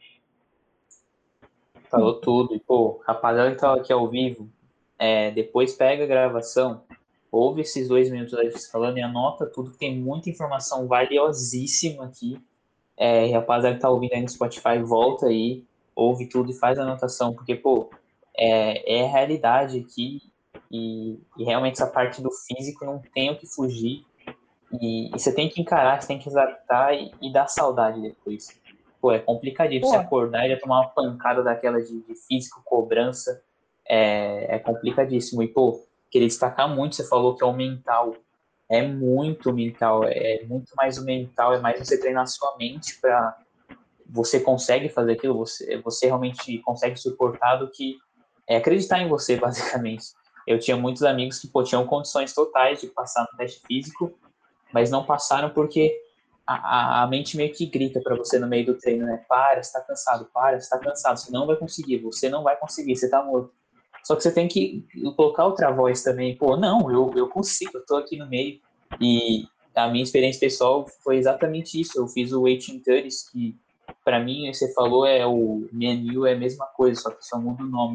Falou tudo. E, pô, rapaziada que tá aqui ao vivo, é, depois pega a gravação, ouve esses dois minutos aí falando e anota tudo, que tem muita informação valiosíssima aqui. É, rapaziada que tá ouvindo aí no Spotify, volta aí, ouve tudo e faz a anotação, porque, pô, é, é a realidade aqui e, e realmente essa parte do físico não tem o que fugir e, e você tem que encarar, você tem que exaltar e, e dar saudade depois. Pô, é complicadinho você acordar e já tomar uma pancada daquela de, de físico, cobrança. é, é complicadíssimo. E, pô, queria destacar muito, você falou que é o mental. É muito mental, é muito mais o mental, é mais você treinar sua mente para você consegue fazer aquilo, você, você realmente consegue suportar do que é, acreditar em você, basicamente. Eu tinha muitos amigos que pô, tinham condições totais de passar no teste físico, mas não passaram porque a, a mente meio que grita para você no meio do treino, né? Para, você tá cansado, para, você tá cansado, você não vai conseguir, você não vai conseguir, você tá morto. Só que você tem que colocar outra voz também. Pô, não, eu, eu consigo, eu tô aqui no meio. E a minha experiência pessoal foi exatamente isso. Eu fiz o eighteen thirties, que para mim, você falou, é o menu é a mesma coisa, só que só muda o nome.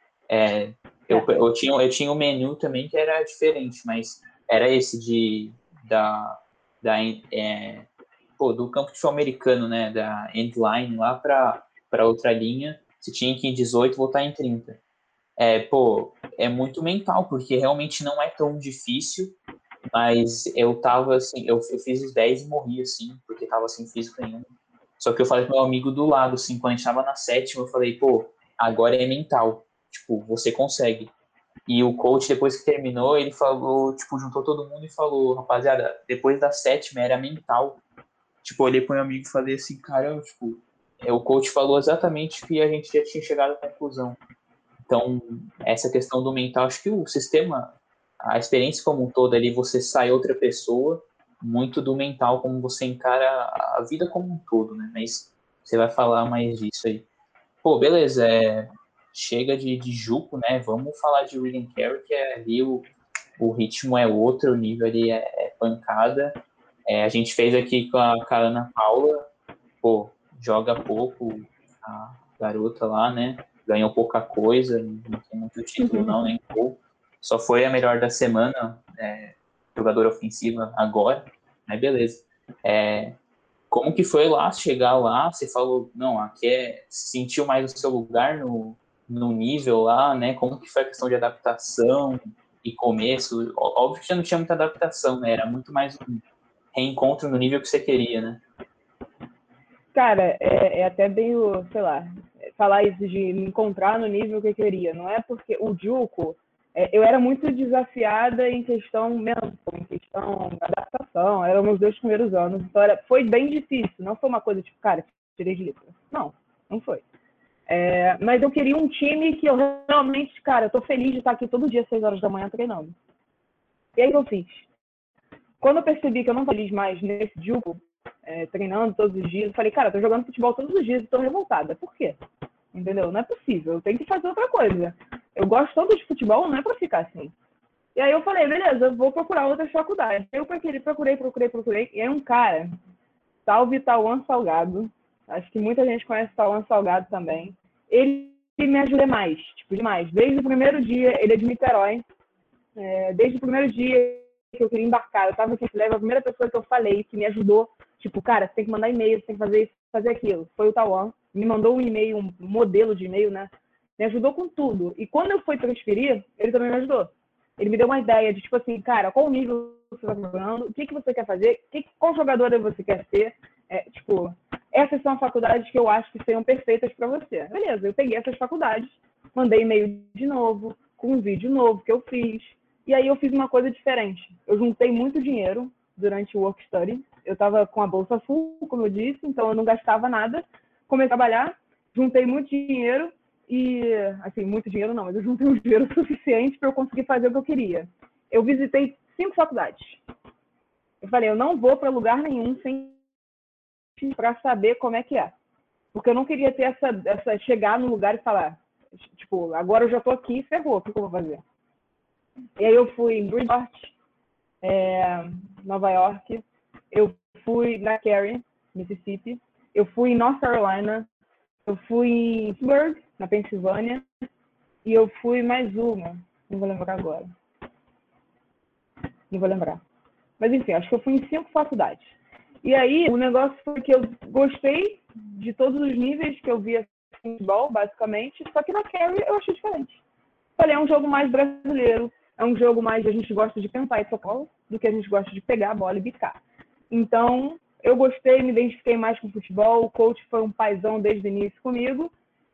É, eu, É. eu, tinha, eu tinha um menu também que era diferente, mas era esse de da, da é, pô, do campo de futebol americano, né, da endline lá para para outra linha, você tinha que ir em dezoito voltar em trinta. É, pô, é muito mental, porque realmente não é tão difícil, mas eu tava assim, eu, eu fiz os dez e morri, assim, porque tava sem físico nenhum. Só que eu falei pro meu amigo do lado, assim, quando a gente tava na sétima, eu falei, pô, agora é mental. Tipo, você consegue. E o coach, depois que terminou, ele falou, tipo, juntou todo mundo e falou, rapaziada, depois da sétima era mental. Tipo, eu olhei pro meu amigo e falei assim, caramba, tipo, é, o coach falou exatamente que a gente já tinha chegado à conclusão. Então, essa questão do mental, acho que o sistema, a experiência como um todo ali, você sai outra pessoa, muito do mental, como você encara a vida como um todo, né? Mas você vai falar mais disso aí. Pô, beleza, é, chega de, de Juco, né? Vamos falar de Reading Carry, que é ali o, o ritmo é outro, o nível ali é, é pancada. É, a gente fez aqui com a, com a Ana Paula, pô, joga pouco, a garota lá, né? Ganhou pouca coisa, não tem muito título não, nem gol. Só foi a melhor da semana, é, jogadora ofensiva agora, mas beleza. É, como que foi lá, chegar lá, você falou, não, aqui é, sentiu mais o seu lugar no, no nível lá, né? Como que foi a questão de adaptação e começo? Óbvio que já não tinha muita adaptação, né? Era muito mais um reencontro no nível que você queria, né? Cara, é, é até meio, sei lá, falar isso de me encontrar no nível que eu queria. Não é porque o Juco, é, eu era muito desafiada em questão mental, em questão da adaptação. Eram meus dois primeiros anos, então era, foi bem difícil. Não foi uma coisa tipo, cara, tirei de letra. Não, não foi. É, mas eu queria um time que eu realmente, cara, eu tô feliz de estar aqui todo dia às seis horas da manhã treinando. E aí eu fiz. Quando eu percebi que eu não estava feliz mais nesse Juco, é, treinando todos os dias, eu falei, cara, eu tô jogando futebol todos os dias e tô revoltada. Por quê? Entendeu? Não é possível, eu tenho que fazer outra coisa. Eu gosto tanto de futebol, não é pra ficar assim. E aí eu falei, beleza, eu vou procurar outras faculdades. Eu procurei, procurei, procurei, procurei. E aí um cara, salve Tauan Salgado, acho que muita gente conhece Tauan Salgado também. Ele me ajuda demais, tipo, demais. Desde o primeiro dia, ele é de Niterói. É, desde o primeiro dia que eu queria embarcar, eu tava aqui em Leva, a primeira pessoa que eu falei, que me ajudou, tipo, cara, você tem que mandar e-mail, você tem que fazer isso, fazer aquilo. Foi o Tauan. Me mandou um e-mail, um modelo de e-mail, né? Me ajudou com tudo. E quando eu fui transferir, ele também me ajudou. Ele me deu uma ideia de, tipo assim, cara, qual nível você está jogando, o que, que você quer fazer, que, qual jogadora você quer ser. É, tipo, essas são as faculdades que eu acho que seriam perfeitas para você. Beleza, eu peguei essas faculdades, mandei e-mail de novo, com um vídeo novo que eu fiz. E aí eu fiz uma coisa diferente. Eu juntei muito dinheiro durante o work study. Eu estava com a bolsa full, como eu disse, então eu não gastava nada. Comecei a trabalhar, juntei muito dinheiro e, assim, muito dinheiro não, mas eu juntei um dinheiro suficiente para eu conseguir fazer o que eu queria. Eu visitei cinco faculdades. Eu falei, eu não vou para lugar nenhum sem para saber como é que é. Porque eu não queria ter essa, essa chegar no lugar e falar, tipo, agora eu já tô aqui, ferrou, o que eu vou fazer? E aí eu fui em Bridgeport, é, Nova York, eu fui na Cary, Mississippi, eu fui em North Carolina, eu fui em Pittsburgh, na Pensilvânia, e eu fui mais uma, não vou lembrar agora. Não vou lembrar. Mas enfim, acho que eu fui em cinco faculdades. E aí o negócio foi que eu gostei de todos os níveis que eu via futebol, basicamente, só que na Cary eu achei diferente. Falei, é um jogo mais brasileiro, é um jogo mais que a gente gosta de pensar em socorro do que a gente gosta de pegar a bola e bicar. Então, eu gostei, me identifiquei mais com o futebol, o coach foi um paizão desde o início comigo,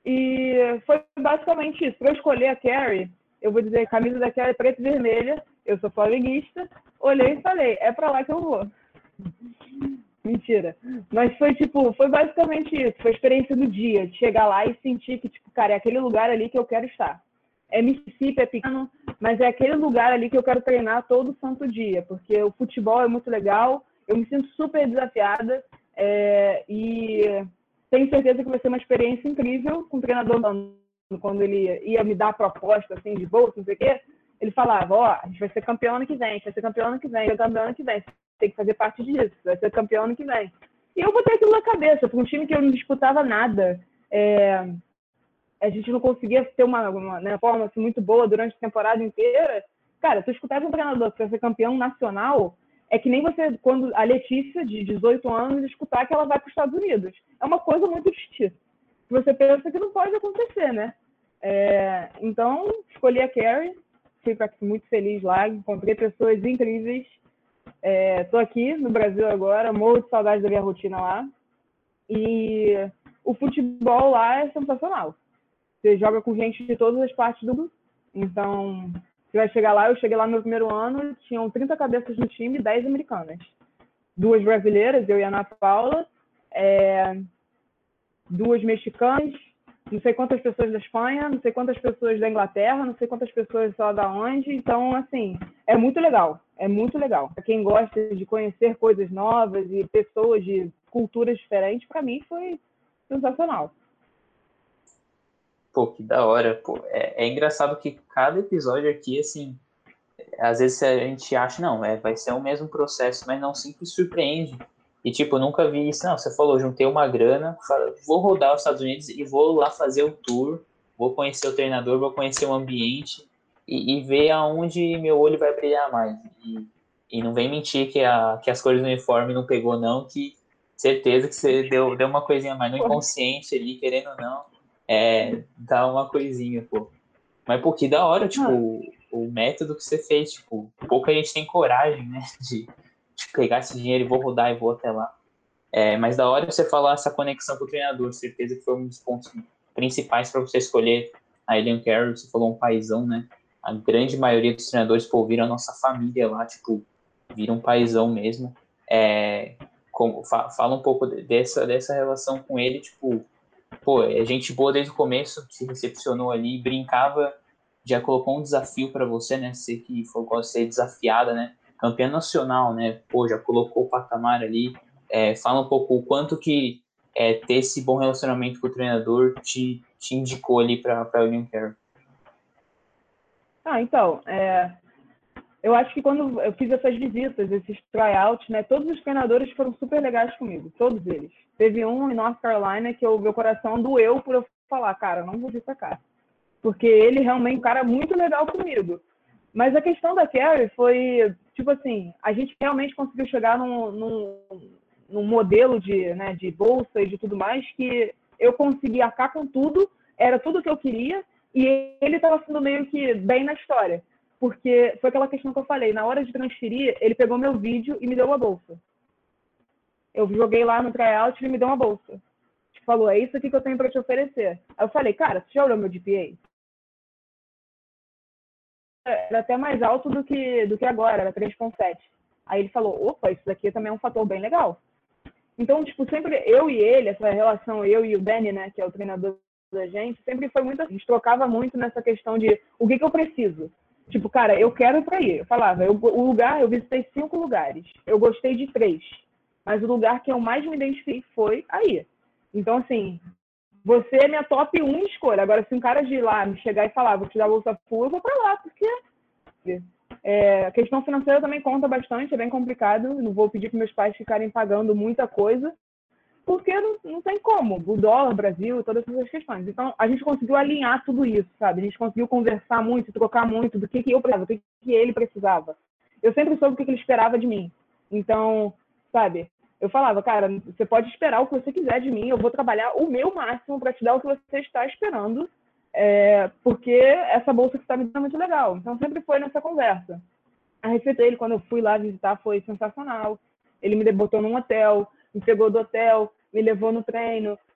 E foi basicamente isso. Para eu escolher a Carrie, eu vou dizer, a camisa da Carrie é preta e vermelha, eu sou flamenguista, olhei e falei, é para lá que eu vou. Mentira. Mas foi, tipo, foi basicamente isso. Foi a experiência do dia, de chegar lá e sentir que, tipo, cara, é aquele lugar ali que eu quero estar. É Mississippi, é pequeno, mas é aquele lugar ali que eu quero treinar todo santo dia, porque o futebol é muito legal, eu me sinto super desafiada é, e tenho certeza que vai ser uma experiência incrível com o treinador quando ele ia me dar a proposta, assim, de bolsa, não sei o quê, ele falava, ó, oh, a gente vai ser campeão ano que vem, a gente vai ser campeão ano que vem, vai ser campeão ano que vem, tem que fazer parte disso, vai ser campeão ano que vem. E eu botei aquilo na cabeça, para um time que eu não disputava nada, é, a gente não conseguia ter uma, uma né, forma assim, muito boa durante a temporada inteira. Cara, tu escutar um treinador que vai ser campeão nacional, é que nem você, quando a Letícia, de dezoito anos, escutar que ela vai para os Estados Unidos. É uma coisa muito difícil. Você pensa que não pode acontecer, né? É, então, escolhi a Carrie, fui muito feliz lá, encontrei pessoas incríveis. Estou é, aqui no Brasil agora, morro de saudade da minha rotina lá. E o futebol lá é sensacional. Você joga com gente de todas as partes do mundo. Então, você vai chegar lá, eu cheguei lá no meu primeiro ano, tinham trinta cabeças no time e dez americanas. Duas brasileiras, eu e a Ana Paula, é, duas mexicanas, não sei quantas pessoas da Espanha, não sei quantas pessoas da Inglaterra, não sei quantas pessoas só da onde. Então, assim, é muito legal, é muito legal. Para quem gosta de conhecer coisas novas e pessoas de culturas diferentes, para mim foi sensacional. Pô, que da hora, pô. É, é engraçado que cada episódio aqui, assim, às vezes a gente acha, não, é, vai ser o mesmo processo, mas não sempre surpreende. E, tipo, eu nunca vi isso. Não, você falou, juntei uma grana, vou rodar os Estados Unidos e vou lá fazer o tour, vou conhecer o treinador, vou conhecer o ambiente e, e ver aonde meu olho vai brilhar mais. E, e não vem mentir que, a, que as cores do uniforme não pegou, não, que certeza que você deu, deu uma coisinha a mais no inconsciente ali, querendo ou não, é, dá uma coisinha, pô. Mas, pô, que da hora, tipo, o, o método que você fez, tipo, pouca gente tem coragem, né, de, de pegar esse dinheiro e vou rodar e vou até lá. É, mas da hora você falar essa conexão com o treinador, certeza que foi um dos pontos principais para você escolher a Ellen Carroll. Você falou um paizão, né? A grande maioria dos treinadores, pô, viram a nossa família lá, tipo, viram um paizão mesmo. É, como, fa, fala um pouco dessa, dessa relação com ele, tipo, pô, é gente boa desde o começo, se recepcionou ali, brincava, já colocou um desafio para você, né? Você que foi gosta de ser desafiada, né? Campeã nacional, né? Pô, já colocou o patamar ali. É, fala um pouco o quanto que é, ter esse bom relacionamento com o treinador te, te indicou ali para a William Carroll. Ah, então, é, eu acho que quando eu fiz essas visitas, esses tryouts, né, todos os treinadores foram super legais comigo, todos eles. Teve um em North Carolina que o meu coração doeu por eu falar, cara, não vou vir pra cá. Porque ele realmente é um cara muito legal comigo. Mas a questão da Carrie foi, tipo assim, a gente realmente conseguiu chegar num, num, num modelo de, né, de bolsa e de tudo mais que eu consegui arcar com tudo, era tudo que eu queria, e ele estava sendo meio que bem na história. Porque foi aquela questão que eu falei, na hora de transferir, ele pegou meu vídeo e me deu uma bolsa. Eu joguei lá no tryout e ele me deu uma bolsa. Falou, é isso aqui que eu tenho para te oferecer. Aí eu falei, cara, você já olhou meu G P A? Era até mais alto do que, do que agora, era três ponto sete. Aí ele falou, opa, isso daqui também é um fator bem legal. Então, tipo, sempre eu e ele, essa relação, eu e o Danny, né, que é o treinador da gente, sempre foi muito, a gente trocava muito nessa questão de o que que eu preciso. Tipo, cara, eu quero ir pra aí. Eu falava, eu, o lugar, eu visitei cinco lugares. Eu gostei de três. Mas o lugar que eu mais me identifiquei foi aí. Então, assim, você é minha top um escolha. Agora, se um cara de lá me chegar e falar, vou te dar a bolsa full, eu vou pra lá, porque é, a questão financeira também conta bastante, é bem complicado. Não vou pedir para meus pais ficarem pagando muita coisa, porque não, não tem como. O dólar, o Brasil, todas essas questões. Então, a gente conseguiu alinhar tudo isso, sabe? A gente conseguiu conversar muito, trocar muito do que, que eu precisava, do que, que ele precisava. Eu sempre soube o que, que ele esperava de mim. Então, sabe? Eu falava, cara, você pode esperar o que você quiser de mim, eu vou trabalhar o meu máximo para te dar o que você está esperando, é, porque essa bolsa que você está me dando é muito legal. Então, sempre foi nessa conversa. A respeito dele, quando eu fui lá visitar, foi sensacional. Ele me botou num hotel, me pegou do hotel, me levou no treino,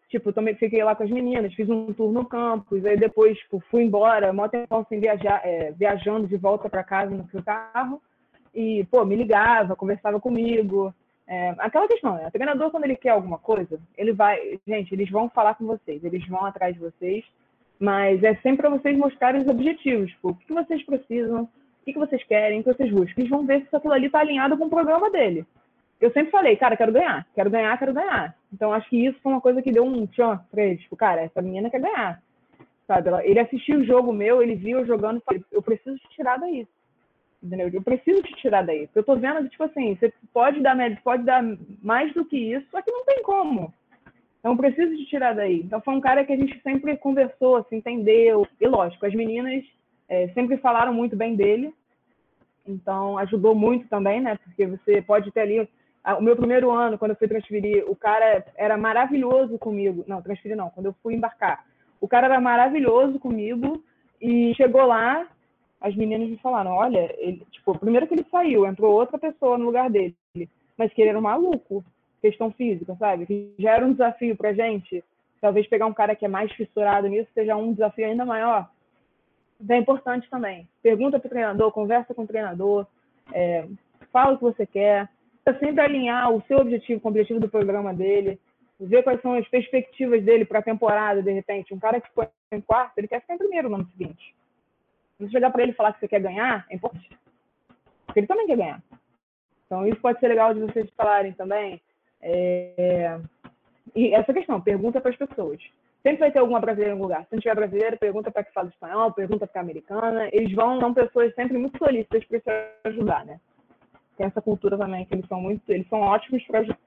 tipo, também fiquei lá com as meninas, fiz um tour no campus, aí depois, tipo, fui embora, mó tempo sem viajar, é, viajando de volta para casa no seu carro, e, pô, me ligava, conversava comigo. É, aquela questão, né? O treinador, quando ele quer alguma coisa, ele vai... Gente, eles vão falar com vocês, eles vão atrás de vocês, mas é sempre para vocês mostrarem os objetivos. Tipo, o que vocês precisam, o que vocês querem, o que vocês buscam. Eles vão ver se aquilo ali está alinhado com o programa dele. Eu sempre falei, cara, quero ganhar, quero ganhar, quero ganhar. Então, acho que isso foi uma coisa que deu um tchan pra ele. Tipo, cara, essa menina quer ganhar. Sabe? Ele assistiu o jogo meu, ele viu eu jogando e falou, eu preciso te tirar daí. Entendeu? Eu preciso te tirar daí. Porque eu tô vendo que, tipo assim, você pode dar, pode dar mais do que isso, só que não tem como. Então, eu preciso te tirar daí. Então, foi um cara que a gente sempre conversou, se entendeu. E, lógico, as meninas é, sempre falaram muito bem dele. Então, ajudou muito também, né? Porque você pode ter ali... O meu primeiro ano, quando eu fui transferir, o cara era maravilhoso comigo. Não, transferir não, quando eu fui embarcar. O cara era maravilhoso comigo e chegou lá, as meninas me falaram, olha, ele, tipo, primeiro que ele saiu, entrou outra pessoa no lugar dele, mas que ele era um maluco, questão física, sabe? Que já era um desafio pra gente. Talvez pegar um cara que é mais fissurado nisso seja um desafio ainda maior. É importante também. Pergunta pro treinador, conversa com o treinador, é, fala o que você quer. Sempre alinhar o seu objetivo com o objetivo do programa dele, ver quais são as perspectivas dele para a temporada, de repente. Um cara que ficou em quarto, ele quer ficar em primeiro no ano seguinte. Se você chegar para ele e falar que você quer ganhar, é importante. Porque ele também quer ganhar. Então, isso pode ser legal de vocês falarem também. É... E essa questão, pergunta para as pessoas. Sempre vai ter alguma brasileira no lugar. Se não tiver brasileira, pergunta para que fala espanhol, pergunta para a americana. Eles vão, são pessoas sempre muito solícitas para se ajudar, né? Tem essa cultura também, que eles são muito, eles são ótimos para ajudar.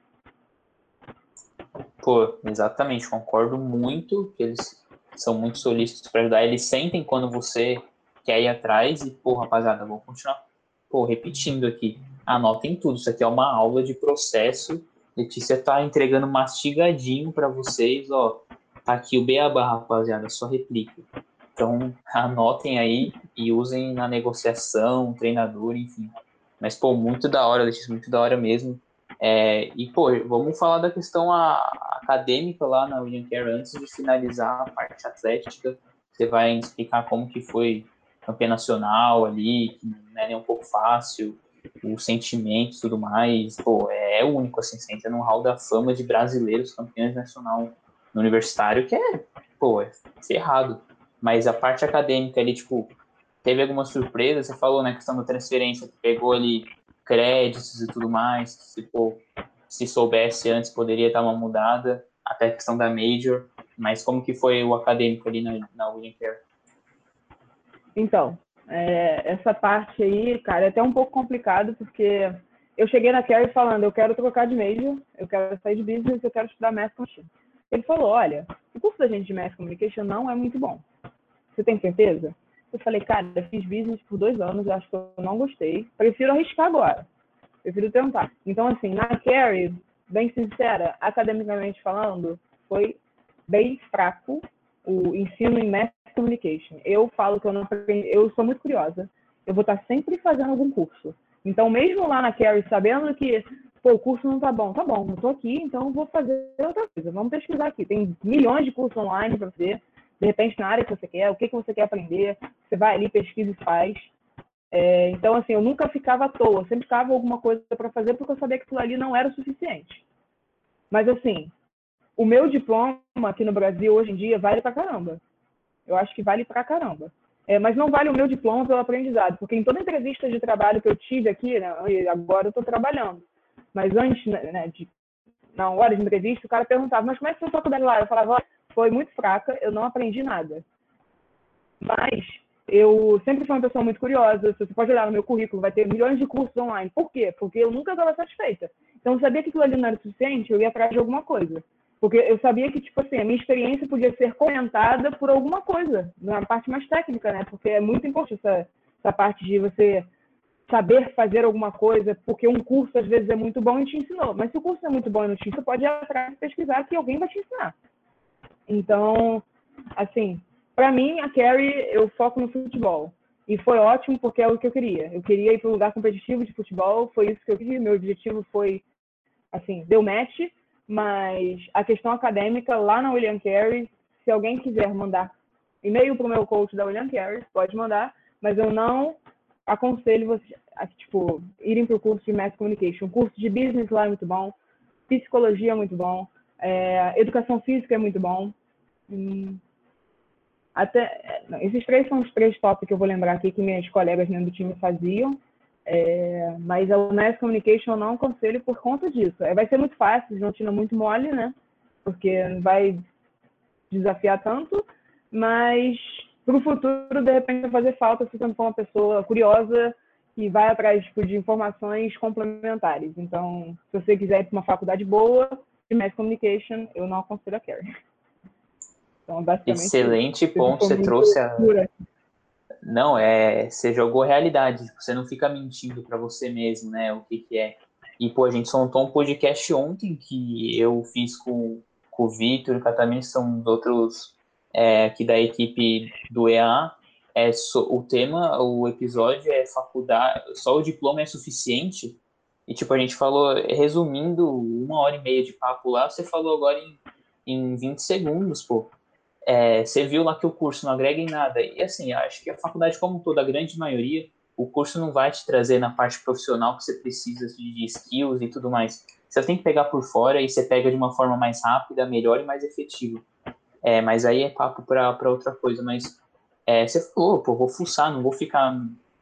Pô, exatamente, concordo muito que eles são muito solícitos para ajudar. Eles sentem quando você quer ir atrás e, pô, rapaziada, vou continuar, pô, repetindo aqui. Anotem tudo, isso aqui é uma aula de processo. Letícia tá entregando mastigadinho para vocês, ó. Tá aqui o beabá, rapaziada, só replica. Então, anotem aí e usem na negociação, treinador, enfim. Mas, pô, muito da hora, Letícia, muito da hora mesmo. É, e, pô, vamos falar da questão a, acadêmica lá na William Carey antes de finalizar a parte atlética. Você vai explicar como que foi campeão nacional ali, que não é nem um pouco fácil, os sentimentos e tudo mais. Pô, é único, assim, você entra no hall da fama de brasileiros campeões nacional no universitário, que é, pô, é ferrado. Mas a parte acadêmica ali, tipo, teve alguma surpresa? Você falou, né, questão da transferência, que pegou ali créditos e tudo mais, se, pô, se soubesse antes poderia dar uma mudada, até a questão da Major, mas como que foi o acadêmico ali na, na William Carey? Então, é, essa parte aí, cara, é até um pouco complicado, porque eu cheguei na Carey falando, eu quero trocar de Major, eu quero sair de Business, eu quero estudar Mass Communication. Ele falou, olha, o curso da gente de Mass Communication não é muito bom. Você tem certeza? Eu falei, cara, eu fiz Business por dois anos, eu acho que eu não gostei, prefiro arriscar agora. Prefiro tentar. Então, assim, na Carey, bem sincera, academicamente falando, foi bem fraco o ensino em Mass Communication. Eu falo que eu não aprendi, eu sou muito curiosa. Eu vou estar sempre fazendo algum curso. Então, mesmo lá na Carey, sabendo que, pô, o curso não tá bom, tá bom, não tô aqui, então eu vou fazer outra coisa. Vamos pesquisar aqui. Tem milhões de cursos online para você. De repente, na área que você quer, o que, que você quer aprender, você vai ali, pesquisa e faz. É, então, assim, eu nunca ficava à toa, eu sempre ficava alguma coisa para fazer porque eu sabia que aquilo ali não era o suficiente. Mas, assim, o meu diploma aqui no Brasil, hoje em dia, vale pra caramba. Eu acho que vale pra caramba. É, mas não vale o meu diploma pelo aprendizado, porque em toda entrevista de trabalho que eu tive aqui, né, agora eu estou trabalhando, mas antes, né, de, na hora de entrevista, o cara perguntava, mas como é que foi a faculdade lá? Eu falava, foi muito fraca, eu não aprendi nada. Mas eu sempre fui uma pessoa muito curiosa. Você pode olhar no meu currículo, vai ter milhões de cursos online. Por quê? Porque eu nunca estava satisfeita. Então, eu sabia que aquilo ali não era suficiente, eu ia atrás de alguma coisa. Porque eu sabia que, tipo assim, a minha experiência podia ser comentada por alguma coisa, na parte mais técnica, né? Porque é muito importante essa, essa parte de você saber fazer alguma coisa, porque um curso, às vezes, é muito bom e te ensinou. Mas se o curso é muito bom e não te ensinou, você pode ir atrás e pesquisar que alguém vai te ensinar. Então, assim, para mim, a Carey, eu foco no futebol. E foi ótimo porque é o que eu queria. Eu queria ir para um lugar competitivo de futebol, foi isso que eu queria. Meu objetivo foi, assim, deu match, Mas a questão acadêmica, lá na William Carey, se alguém quiser mandar e-mail para o meu coach da William Carey, pode mandar, mas eu não aconselho vocês a, tipo, irem para o curso de Mass Communication. O curso de Business lá é muito bom, Psicologia é muito bom, é, Educação Física é muito bom. Hum, até, não, esses três são os três top que eu vou lembrar aqui que minhas colegas dentro do time faziam. É, mas o Mass Communication eu não aconselho por conta disso. É, vai ser muito fácil, rotina muito mole, né? Porque não vai desafiar tanto, mas para o futuro, de repente, vai fazer falta se você for uma pessoa curiosa e vai atrás tipo, de informações complementares. Então, se você quiser ir para uma faculdade boa de Mass Communication, eu não aconselho a Carey. Então, basicamente, excelente ponto você trouxe. A... Não, é, você jogou realidade, você não fica mentindo para você mesmo, né, o que que é. E, pô, a gente soltou um podcast ontem que eu fiz com, com o Vitor e o Catamir, são os outros é, aqui da equipe do E A. É, so, o tema, o episódio é faculdade, só o diploma é suficiente? E, tipo, a gente falou, resumindo uma hora e meia de papo lá, você falou agora em, em vinte segundos, pô. É, você viu lá que o curso não agrega em nada. E assim, acho que a faculdade como um todo, a grande maioria, o curso não vai te trazer na parte profissional que você precisa de, de skills e tudo mais. Você tem que pegar por fora e você pega de uma forma mais rápida, melhor e mais efetiva. É, mas aí é papo para outra coisa. Mas é, você falou, pô, vou fuçar, não vou ficar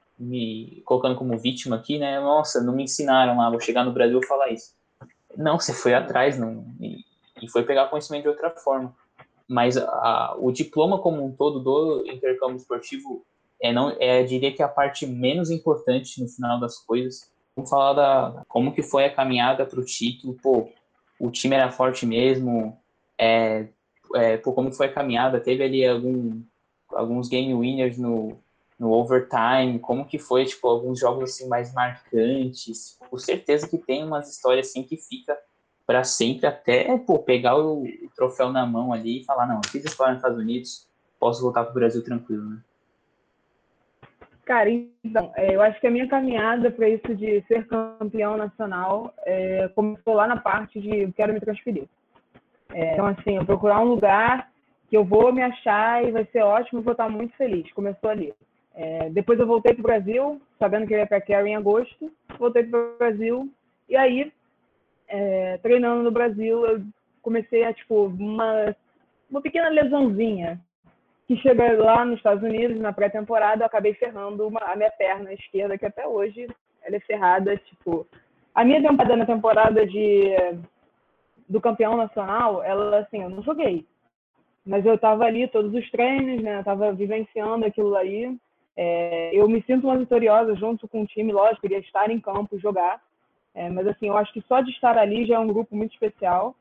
me colocando como vítima aqui, né? Nossa, não me ensinaram lá, vou chegar no Brasil e falar isso. Não, você foi atrás não, e, e foi pegar conhecimento de outra forma. Mas a, o diploma como um todo do intercâmbio esportivo é, não, é, eu diria que é a parte menos importante no final das coisas. Vamos falar da como que foi a caminhada para o título. Pô, o time era forte mesmo. É, é, pô, como foi a caminhada? Teve ali algum, alguns game winners no, no overtime. Como que foi, tipo, alguns jogos assim mais marcantes? Com certeza que tem umas histórias assim que fica para sempre, até pô, pegar o, o troféu na mão ali e falar, não, eu fiz história nos Estados Unidos, posso voltar para o Brasil tranquilo, né? Cara, então, é, eu acho que a minha caminhada para isso de ser campeão nacional é, começou lá na parte de eu quero me transferir. É, então, assim, eu procurar um lugar que eu vou me achar e vai ser ótimo, vou estar muito feliz. Começou ali. É, depois eu voltei para o Brasil, sabendo que eu ia para a Carey em agosto, voltei para o Brasil e aí É, treinando no Brasil, eu comecei a, tipo, uma, uma pequena lesãozinha que chega lá nos Estados Unidos, na pré-temporada, eu acabei ferrando uma, a minha perna esquerda, que até hoje ela é ferrada, tipo... A minha temporada na temporada de, do campeão nacional, ela, assim, eu não joguei, mas eu tava ali, todos os treinos, né, eu tava vivenciando aquilo aí. É, eu me sinto uma vitoriosa junto com o time, lógico, queria estar em campo, jogar, É, mas, assim, eu acho que só de estar ali já é um grupo muito especial.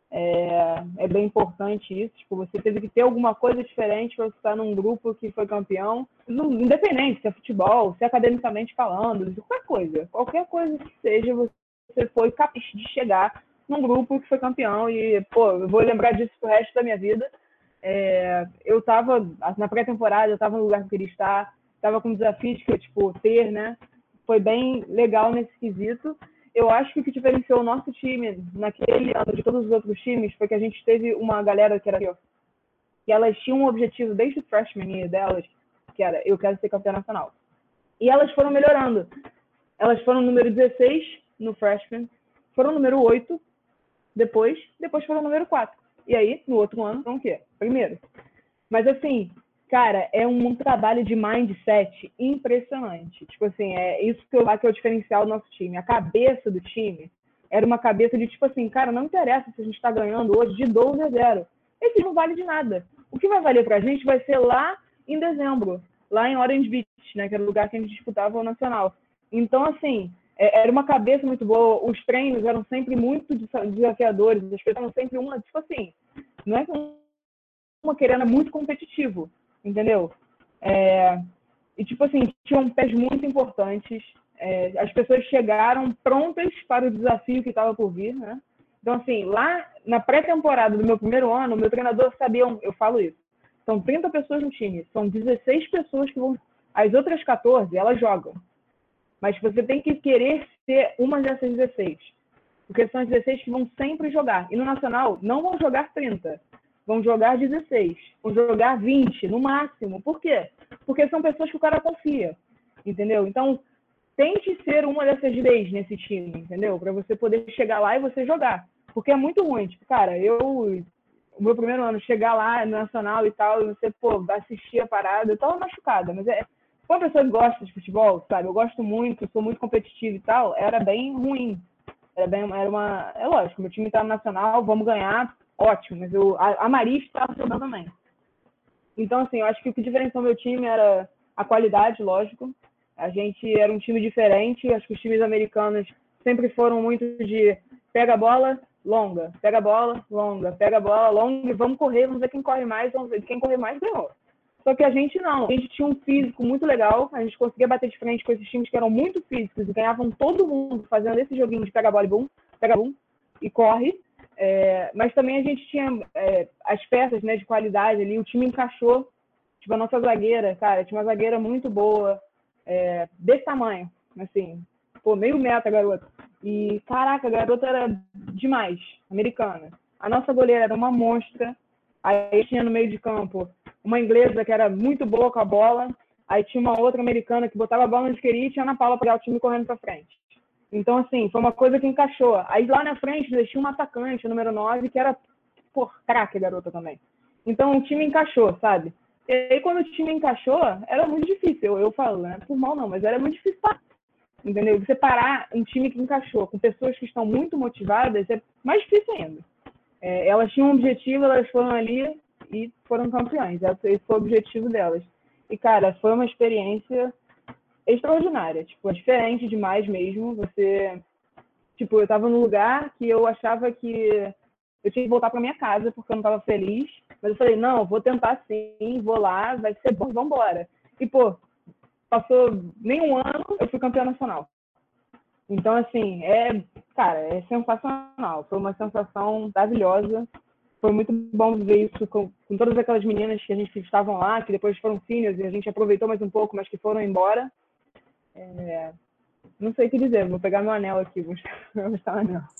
É, é bem importante isso. Tipo, você teve que ter alguma coisa diferente para você estar num grupo que foi campeão. Independente se é futebol, se é academicamente falando, qualquer coisa. Qualquer coisa que seja, você foi capaz de chegar num grupo que foi campeão. E, pô, eu vou lembrar disso pro resto da minha vida. É, eu estava, na pré-temporada, eu estava no lugar que eu queria estar. Estava com desafios que eu, tipo, ter, né? Foi bem legal nesse quesito. Eu acho que o que diferenciou o nosso time naquele ano de todos os outros times foi que a gente teve uma galera que era que elas tinham um objetivo desde o freshman year delas, que era eu quero ser campeã nacional. E elas foram melhorando. Elas foram número dezesseis no freshman, foram número oito depois, depois foram número quatro. E aí, no outro ano, foram o quê? Primeiro. Mas assim, cara, é um trabalho de mindset impressionante. Tipo assim, é isso que eu acho que é o diferencial do nosso time. A cabeça do time era uma cabeça de tipo assim, cara, não interessa se a gente está ganhando hoje de doze a zero. Esse não vale de nada. O que vai valer pra gente vai ser lá em dezembro, lá em Orange Beach, né, que era o lugar que a gente disputava o Nacional. Então, assim, era uma cabeça muito boa. Os treinos eram sempre muito desafiadores. As pessoas eram sempre uma, tipo assim, não é uma querendo muito competitivo, entendeu? É, e, tipo assim, tinham pés muito importantes. É, as pessoas chegaram prontas para o desafio que estava por vir, né? Então, assim, lá na pré-temporada do meu primeiro ano, o meu treinador sabia, eu falo isso, são trinta pessoas no time, são dezesseis pessoas que vão... As outras quatorze, elas jogam. Mas você tem que querer ser uma dessas dezesseis. Porque são as dezesseis que vão sempre jogar. E no Nacional, não vão jogar trinta. Vão jogar dezesseis. Vão jogar vinte, no máximo. Por quê? Porque são pessoas que o cara confia. Entendeu? Então, tente ser uma dessas dez nesse time, entendeu? Para você poder chegar lá e você jogar. Porque é muito ruim. Tipo, cara, eu... O meu primeiro ano, chegar lá no Nacional e tal, e você, pô, assistir a parada, eu tava machucada. Mas é... Uma pessoa que gosta de futebol, sabe? Eu gosto muito, sou muito competitivo e tal, era bem ruim. Era bem, era uma... É lógico, meu time tá no Nacional, vamos ganhar, ótimo. Mas eu, a, a Marista estava jogando também. Então, assim, eu acho que o que diferenciou meu time era a qualidade, lógico. A gente era um time diferente. Acho que os times americanos sempre foram muito de pega a bola, longa, pega a bola, longa, pega a bola, longa, e vamos correr, vamos ver quem corre mais, vamos ver quem corre mais ganhou. Só que a gente não. A gente tinha um físico muito legal, a gente conseguia bater de frente com esses times que eram muito físicos e ganhavam todo mundo fazendo esse joguinho de pega a bola e bum, pega bum e corre. É, mas também a gente tinha é, as peças, né, de qualidade ali, o time encaixou. Tipo, a nossa zagueira, cara, tinha uma zagueira muito boa, é, desse tamanho, assim, pô, meio metro a garota. E, caraca, a garota era demais, americana. A nossa goleira era uma monstra. Aí tinha no meio de campo uma inglesa que era muito boa com a bola. Aí tinha uma outra americana que botava a bola onde queria e tinha na Paula para o time correndo para frente. Então, assim, foi uma coisa que encaixou. Aí lá na frente eles tinham um atacante, o número nove, que era, pô, craque a garota também. Então o time encaixou, sabe? E aí quando o time encaixou, era muito difícil. Eu, eu falo, né? Por mal não, mas era muito difícil parar. Entendeu? Você parar um time que encaixou com pessoas que estão muito motivadas é mais difícil ainda. É, elas tinham um objetivo, elas foram ali e foram campeões. Esse foi o objetivo delas. E, cara, foi uma experiência extraordinária. Tipo, é diferente demais mesmo. Você... Tipo, eu tava num lugar que eu achava que eu tinha que voltar pra minha casa porque eu não tava feliz. Mas eu falei, não, vou tentar sim, vou lá, vai ser bom, vambora. E, pô, passou nem um ano, eu fui campeã nacional. Então, assim, é, cara, é sensacional. Foi uma sensação maravilhosa. Foi muito bom ver isso com, com todas aquelas meninas que a gente estavam lá, que depois foram seniors e a gente aproveitou mais um pouco, mas que foram embora. É, não sei o que dizer, vou pegar meu anel aqui, vou mostrar o anel.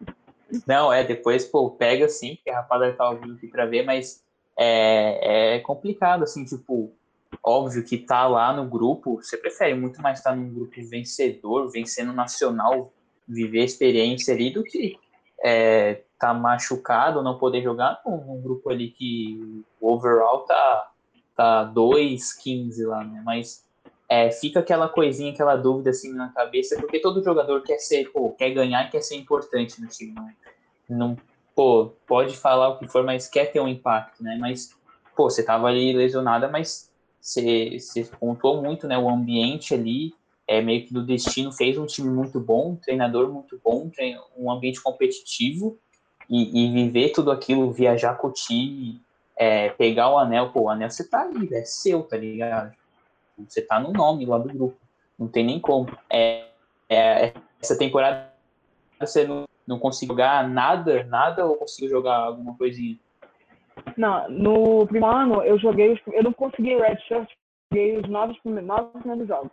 Não, é, depois, pô, pega sim, porque a rapaziada tá ouvindo aqui pra ver, mas é, é complicado, assim, tipo, óbvio que tá lá no grupo, você prefere muito mais estar num grupo vencedor, vencendo nacional, viver a experiência ali, do que é, tá machucado, não poder jogar num, num grupo ali que o overall tá, tá dois quinze lá, né, mas é, fica aquela coisinha, aquela dúvida assim na cabeça, porque todo jogador quer ser, pô, quer ganhar e quer ser importante no time, não, não, pô, pode falar o que for, mas quer ter um impacto, né, mas, pô, você tava ali lesionada, mas você, você pontuou muito, né, o ambiente ali, é meio que do destino, fez um time muito bom, um treinador muito bom, um ambiente competitivo, e, e viver tudo aquilo, viajar com o time, é, pegar o anel, pô, o anel você tá ali, é seu, tá ligado? Você tá no nome lá do grupo, não tem nem como. É, é, essa temporada você não, não conseguiu jogar nada, nada ou conseguiu jogar alguma coisinha? Não, no primeiro ano eu joguei, os, eu não consegui redshirt, joguei os nove, nove primeiros jogos.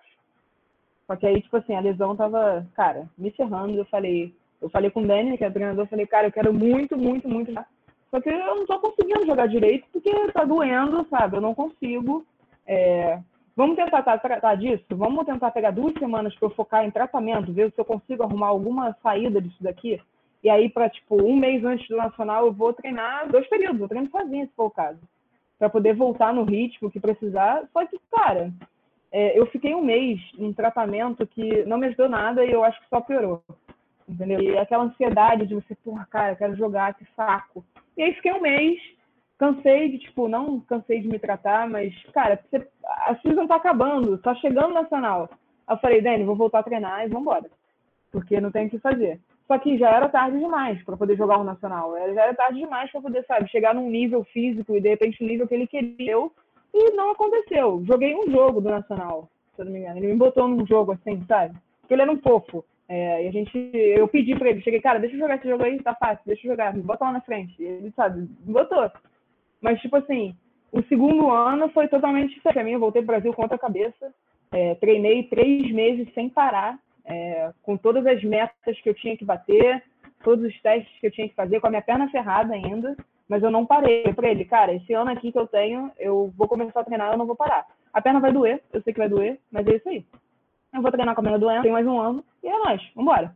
Só que aí, tipo assim, a lesão tava, cara, me ferrando. Eu falei, eu falei com o Dani, que é o treinador, eu falei, cara, eu quero muito, muito, muito jogar. Só que eu não tô conseguindo jogar direito porque tá doendo, sabe? Eu não consigo. É... Vamos tentar tratar disso? Vamos tentar pegar duas semanas para eu focar em tratamento, ver se eu consigo arrumar alguma saída disso daqui. E aí, para, tipo, um mês antes do Nacional, eu vou treinar dois períodos, eu treino sozinha, se for o caso. Para poder voltar no ritmo que precisar. Só que, cara, é, eu fiquei um mês em tratamento que não me ajudou nada e eu acho que só piorou. Entendeu? E aquela ansiedade de você, porra, cara, eu quero jogar, que saco. E aí fiquei um mês, cansei de, tipo, não cansei de me tratar, mas, cara, você, a season tá acabando, tá chegando no Nacional. Aí eu falei, Dani, vou voltar a treinar e vambora. Porque não tem o que fazer. Só que já era tarde demais para poder jogar o Nacional. Já era tarde demais para poder, sabe, chegar num nível físico e, de repente, um nível que ele queria. E não aconteceu. Joguei um jogo do Nacional, se eu não me engano. Ele me botou num jogo assim, sabe? Porque ele era um fofo. É, e a gente, eu pedi pra ele, cheguei, cara, deixa eu jogar esse jogo aí, tá fácil, deixa eu jogar, me bota lá na frente. E ele, sabe, me botou. Mas, tipo assim, o segundo ano foi totalmente diferente pra mim. Eu voltei pro Brasil com outra cabeça. É, treinei três meses sem parar, é, com todas as metas que eu tinha que bater. todos os testes que eu tinha que fazer, com a minha perna ferrada ainda, mas eu não parei. Para ele, cara, esse ano aqui que eu tenho, eu vou começar a treinar, eu não vou parar. A perna vai doer, eu sei que vai doer, mas é isso aí. Eu vou treinar com a perna doendo, tenho mais um ano, e é nóis, vambora.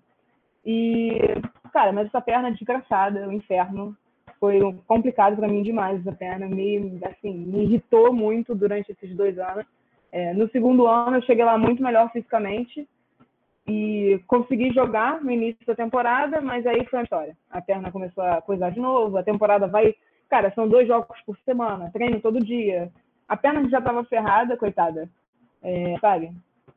E, cara, mas essa perna desgraçada, o inferno, foi complicado para mim demais essa perna, me, assim, me irritou muito durante esses dois anos. É, no segundo ano eu cheguei lá muito melhor fisicamente e consegui jogar no início da temporada, mas aí foi uma história. A perna começou a coisar de novo, a temporada vai... Cara, são dois jogos por semana, treino todo dia. A perna já estava ferrada, coitada, é, sabe?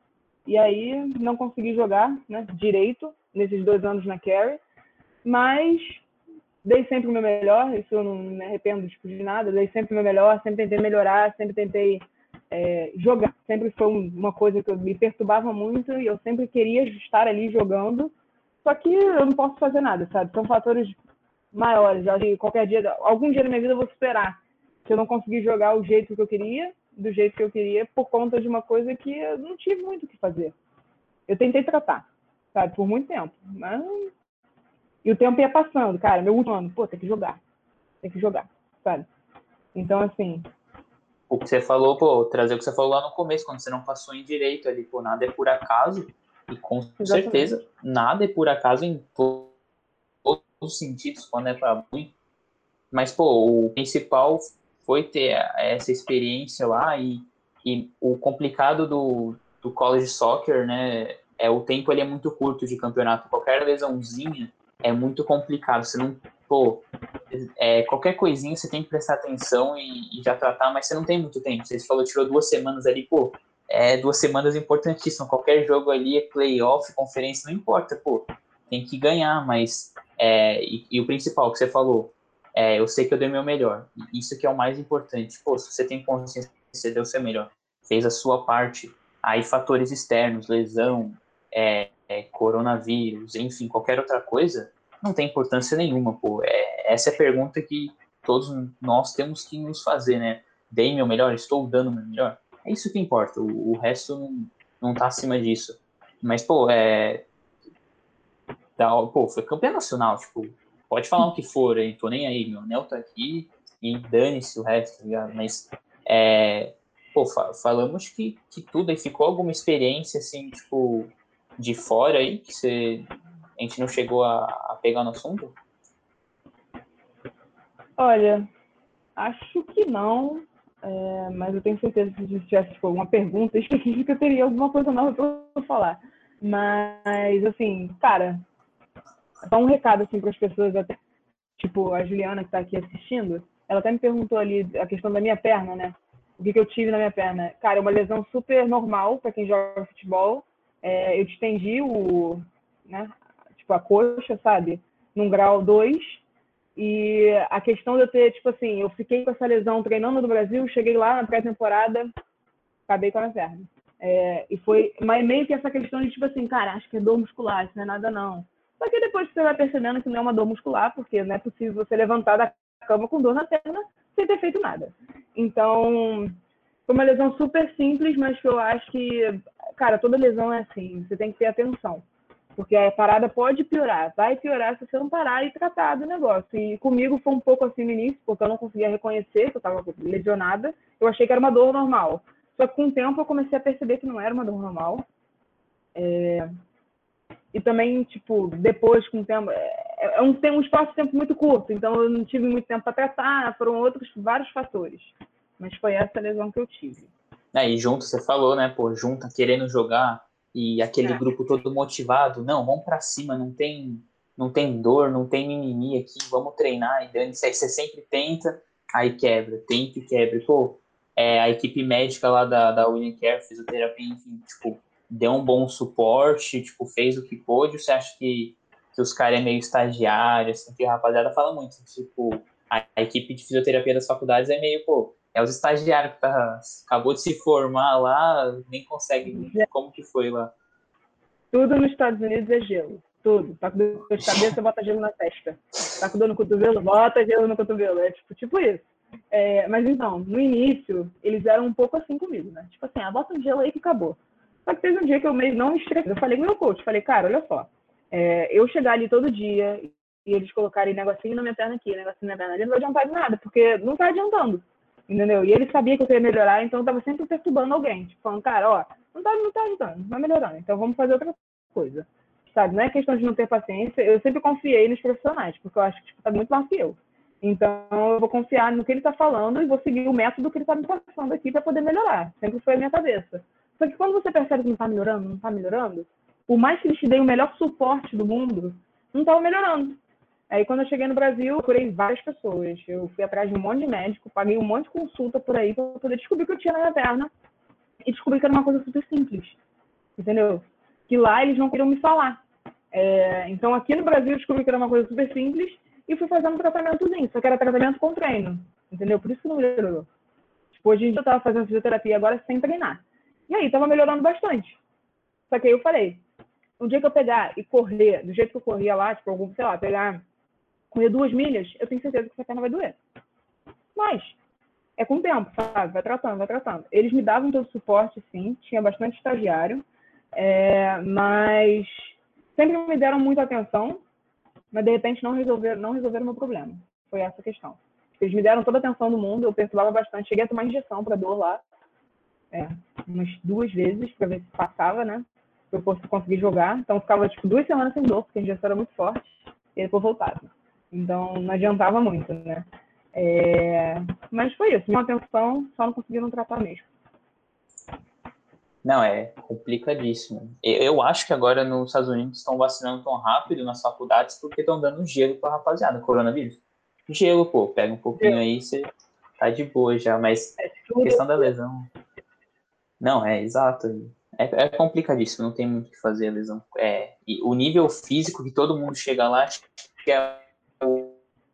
E aí não consegui jogar, né, direito nesses dois anos na Carey, mas dei sempre o meu melhor, isso eu não me arrependo tipo, de nada, dei sempre o meu melhor, sempre tentei melhorar, sempre tentei é, jogar, sempre foi uma coisa que eu me perturbava muito e eu sempre queria estar ali jogando, só que eu não posso fazer nada, sabe? São fatores maiores, já que qualquer dia, algum dia na minha vida eu vou superar, se eu não conseguir jogar o jeito que eu queria, do jeito que eu queria, por conta de uma coisa que eu não tive muito o que fazer. Eu tentei tratar, sabe, por muito tempo, mas... E o tempo ia passando, cara, meu último ano, pô, tem que jogar, tem que jogar, sabe? Então, assim... O que você falou, pô, trazer o que você falou lá no começo, quando você não passou em direito ali, pô, nada é por acaso, e com Exatamente. certeza, nada é por acaso em todos os sentidos, quando é pra ruim. Mas, pô, o principal foi ter essa experiência lá, e, e o complicado do, do college soccer, né, é o tempo ele é muito curto de campeonato, qualquer lesãozinha é muito complicado, você não, pô, é, qualquer coisinha você tem que prestar atenção e, e já tratar, mas você não tem muito tempo, você falou, tirou duas semanas ali, pô, é duas semanas importantíssimas, qualquer jogo ali é playoff, conferência, não importa, pô, tem que ganhar, mas, é, e, e o principal que você falou, é, eu sei que eu dei o meu melhor, e isso que é o mais importante, pô, se você tem consciência que você deu o seu melhor, fez a sua parte, aí fatores externos, lesão, é, é, coronavírus, enfim, qualquer outra coisa, não tem importância nenhuma, pô. É, essa é a pergunta que todos nós temos que nos fazer, né? Dei meu melhor? Estou dando meu melhor? É isso que importa, o, o resto não, não tá acima disso. Mas, pô, é... Dá, pô, foi campeão nacional, tipo, pode falar o que for, aí, tô nem aí, meu anel tá aqui e dane-se o resto, tá ligado? Mas, é... Pô, fa falamos que, que tudo aí, ficou alguma experiência, assim, tipo, de fora aí, que você... a gente não chegou a, a pegar no assunto? Olha, acho que não, é, mas eu tenho certeza que se tivesse tipo, alguma pergunta específica, eu teria alguma coisa nova para falar. Mas, assim, cara, só um recado assim, para as pessoas, até, tipo a Juliana que está aqui assistindo, ela até me perguntou ali a questão da minha perna, né? O que, que eu tive na minha perna? Cara, é uma lesão super normal para quem joga futebol. É, eu distendi o, né, tipo, a coxa, sabe? Num grau dois. E a questão de eu ter, tipo assim, eu fiquei com essa lesão treinando no Brasil, cheguei lá na pré-temporada, acabei com a minha perna. É, e foi mas meio que essa questão de, tipo assim, cara, acho que é dor muscular, isso não é nada não. Só que depois você vai percebendo que não é uma dor muscular, porque não é possível você levantar da cama com dor na perna sem ter feito nada. Então, foi uma lesão super simples, mas que eu acho que, cara, toda lesão é assim, você tem que ter atenção. Porque a parada pode piorar, vai piorar se você não parar e tratar do negócio. E comigo foi um pouco assim no início, porque eu não conseguia reconhecer que eu estava lesionada. Eu achei que era uma dor normal. Só que com o tempo eu comecei a perceber que não era uma dor normal. É... E também, tipo, depois, com o tempo... É um, um espaço de tempo muito curto, então eu não tive muito tempo para tratar, foram outros, vários fatores. Mas foi essa lesão que eu tive. É, e junto, você falou, né, pô, junta querendo jogar e aquele É. grupo todo motivado, não, vamos pra cima, não tem, não tem dor, não tem mimimi aqui, vamos treinar e dane-se, aí você sempre tenta, aí quebra, tenta e quebra, pô, é, a equipe médica lá da, da William Care, fisioterapia, enfim, tipo, deu um bom suporte, tipo, fez o que pôde, você acha que, que os caras é meio estagiário, assim, que a rapaziada fala muito, tipo, a, a equipe de fisioterapia das faculdades é meio, pô, é os estagiários que tá, acabou de se formar lá, nem consegue. Como que foi lá? Tudo nos Estados Unidos é gelo. Tudo. Tá com dor de cabeça, bota gelo na testa. Tá com dor no cotovelo, bota gelo no cotovelo. É tipo, tipo isso. É, mas então, no início, eles eram um pouco assim comigo, né? Tipo assim, ah, bota um gelo aí que acabou. Só que teve um dia que eu meio não estressei. Eu falei com o meu coach, falei, cara, olha só. É, eu chegar ali todo dia e eles colocarem negocinho na minha perna aqui, negocinho na minha perna ali, não vai adiantar de nada, porque não tá adiantando, entendeu? E ele sabia que eu ia melhorar, então eu tava sempre perturbando alguém, tipo, falando, cara, ó, não tá, não tá ajudando, não vai melhorando, então vamos fazer outra coisa, sabe? Não é questão de não ter paciência, eu sempre confiei nos profissionais, porque eu acho que tipo, tá muito mais que eu. Então, eu vou confiar no que ele está falando e vou seguir o método que ele está me passando aqui para poder melhorar. Sempre foi a minha cabeça. Só que quando você percebe que não está melhorando, não está melhorando, por mais que eles te deem o melhor suporte do mundo, não estava melhorando. Aí, quando eu cheguei no Brasil, eu procurei várias pessoas. Eu fui atrás de um monte de médico, paguei um monte de consulta por aí para poder descobrir o que eu tinha na minha perna e descobri que era uma coisa super simples, entendeu? Que lá eles não queriam me falar. É, então, aqui no Brasil, eu descobri que era uma coisa super simples e fui fazendo um tratamentozinho, só que era tratamento com treino, entendeu? Por isso que não melhorou. Tipo, hoje em dia eu tava fazendo fisioterapia agora sem treinar. E aí, tava melhorando bastante. Só que aí eu falei, um dia que eu pegar e correr, do jeito que eu corria lá, tipo, algum, sei lá, pegar, correr duas milhas, eu tenho certeza que essa perna vai doer. Mas, é com o tempo, sabe? Vai tratando, vai tratando. Eles me davam todo o suporte, sim, tinha bastante estagiário, é, mas sempre me deram muita atenção, mas de repente não resolveram, não resolveram o meu problema. Foi essa a questão. Eles me deram toda a atenção do mundo, eu perturbava bastante. Cheguei a tomar injeção para dor lá, é, umas duas vezes, para ver se passava, né? Para eu fosse conseguir jogar. Então, ficava tipo duas semanas sem dor, porque a injeção era muito forte, e depois voltava. Então, não adiantava muito, né? É... Mas foi isso, uma atenção, só não conseguiram tratar mesmo. Não, é complicadíssimo. Eu, eu acho que agora nos Estados Unidos estão vacinando tão rápido nas faculdades porque estão dando gelo pra rapaziada, coronavírus. Gelo, pô, pega um pouquinho aí, você tá de boa já, mas É tudo... questão da lesão. Não, é exato. É, é complicadíssimo, não tem muito o que fazer a lesão. É, e o nível físico que todo mundo chega lá, acho que é o,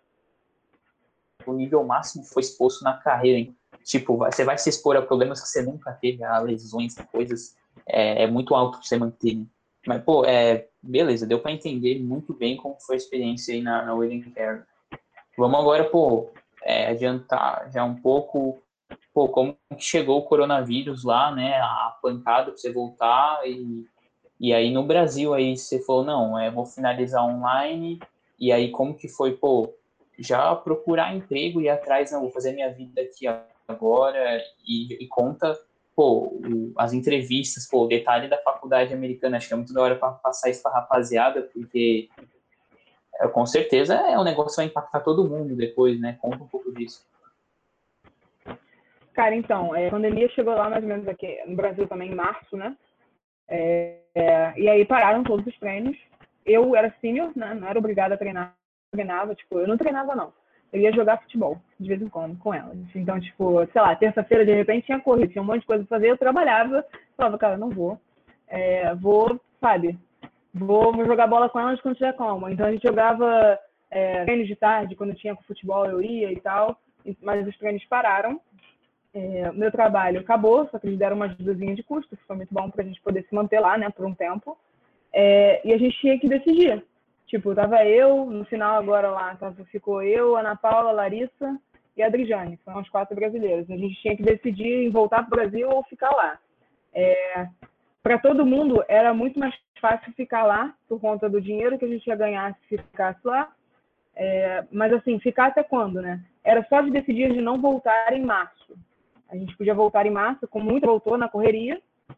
o nível máximo que foi exposto na carreira, hein? Tipo, você vai se expor a problemas que você nunca teve, a lesões, coisas, é, é muito alto pra você manter, né? Mas, pô, é, beleza, deu para entender muito bem como foi a experiência aí na, na William Carey. Vamos agora, pô, é, adiantar já um pouco, pô, como que chegou o coronavírus lá, né, a pancada para você voltar, e, e aí no Brasil aí você falou, não, é, vou finalizar online, e aí como que foi, pô, já procurar emprego e ir atrás, não, vou fazer minha vida aqui agora, e, e conta, pô, o, as entrevistas, pô, o detalhe da faculdade americana, acho que é muito da hora para passar isso pra rapaziada, porque é, com certeza é um negócio que vai impactar todo mundo depois, né, conta um pouco disso. Cara, então, é, a pandemia chegou lá mais ou menos aqui no Brasil também em março, né? É, é, e aí pararam todos os treinos. Eu era sênior, né? Não era obrigada a treinar. Eu treinava, tipo, eu não treinava, não. Eu ia jogar futebol, de vez em quando, com elas. Então, tipo, sei lá, terça-feira, de repente, tinha corrida, tinha um monte de coisa pra fazer, eu trabalhava, falava, cara, não vou. É, vou, sabe, vou, vou jogar bola com elas quando tiver calma. Então, a gente jogava é, treinos de tarde, quando tinha com futebol, eu ia e tal. Mas os treinos pararam. É, meu trabalho acabou, só que eles deram uma ajudazinha de custo, que foi muito bom para a gente poder se manter lá, né, por um tempo. É, e a gente tinha que decidir. Tipo, tava eu, no final agora lá, tava, ficou eu, Ana Paula, Larissa e a Adriane, que são as quatro brasileiras. A gente tinha que decidir em voltar para o Brasil ou ficar lá. É, para todo mundo, era muito mais fácil ficar lá, por conta do dinheiro que a gente ia ganhar se ficasse lá. É, mas assim, ficar até quando, né? Era só de decidir de não voltar em março. A gente podia voltar em março, como muito voltou na correria,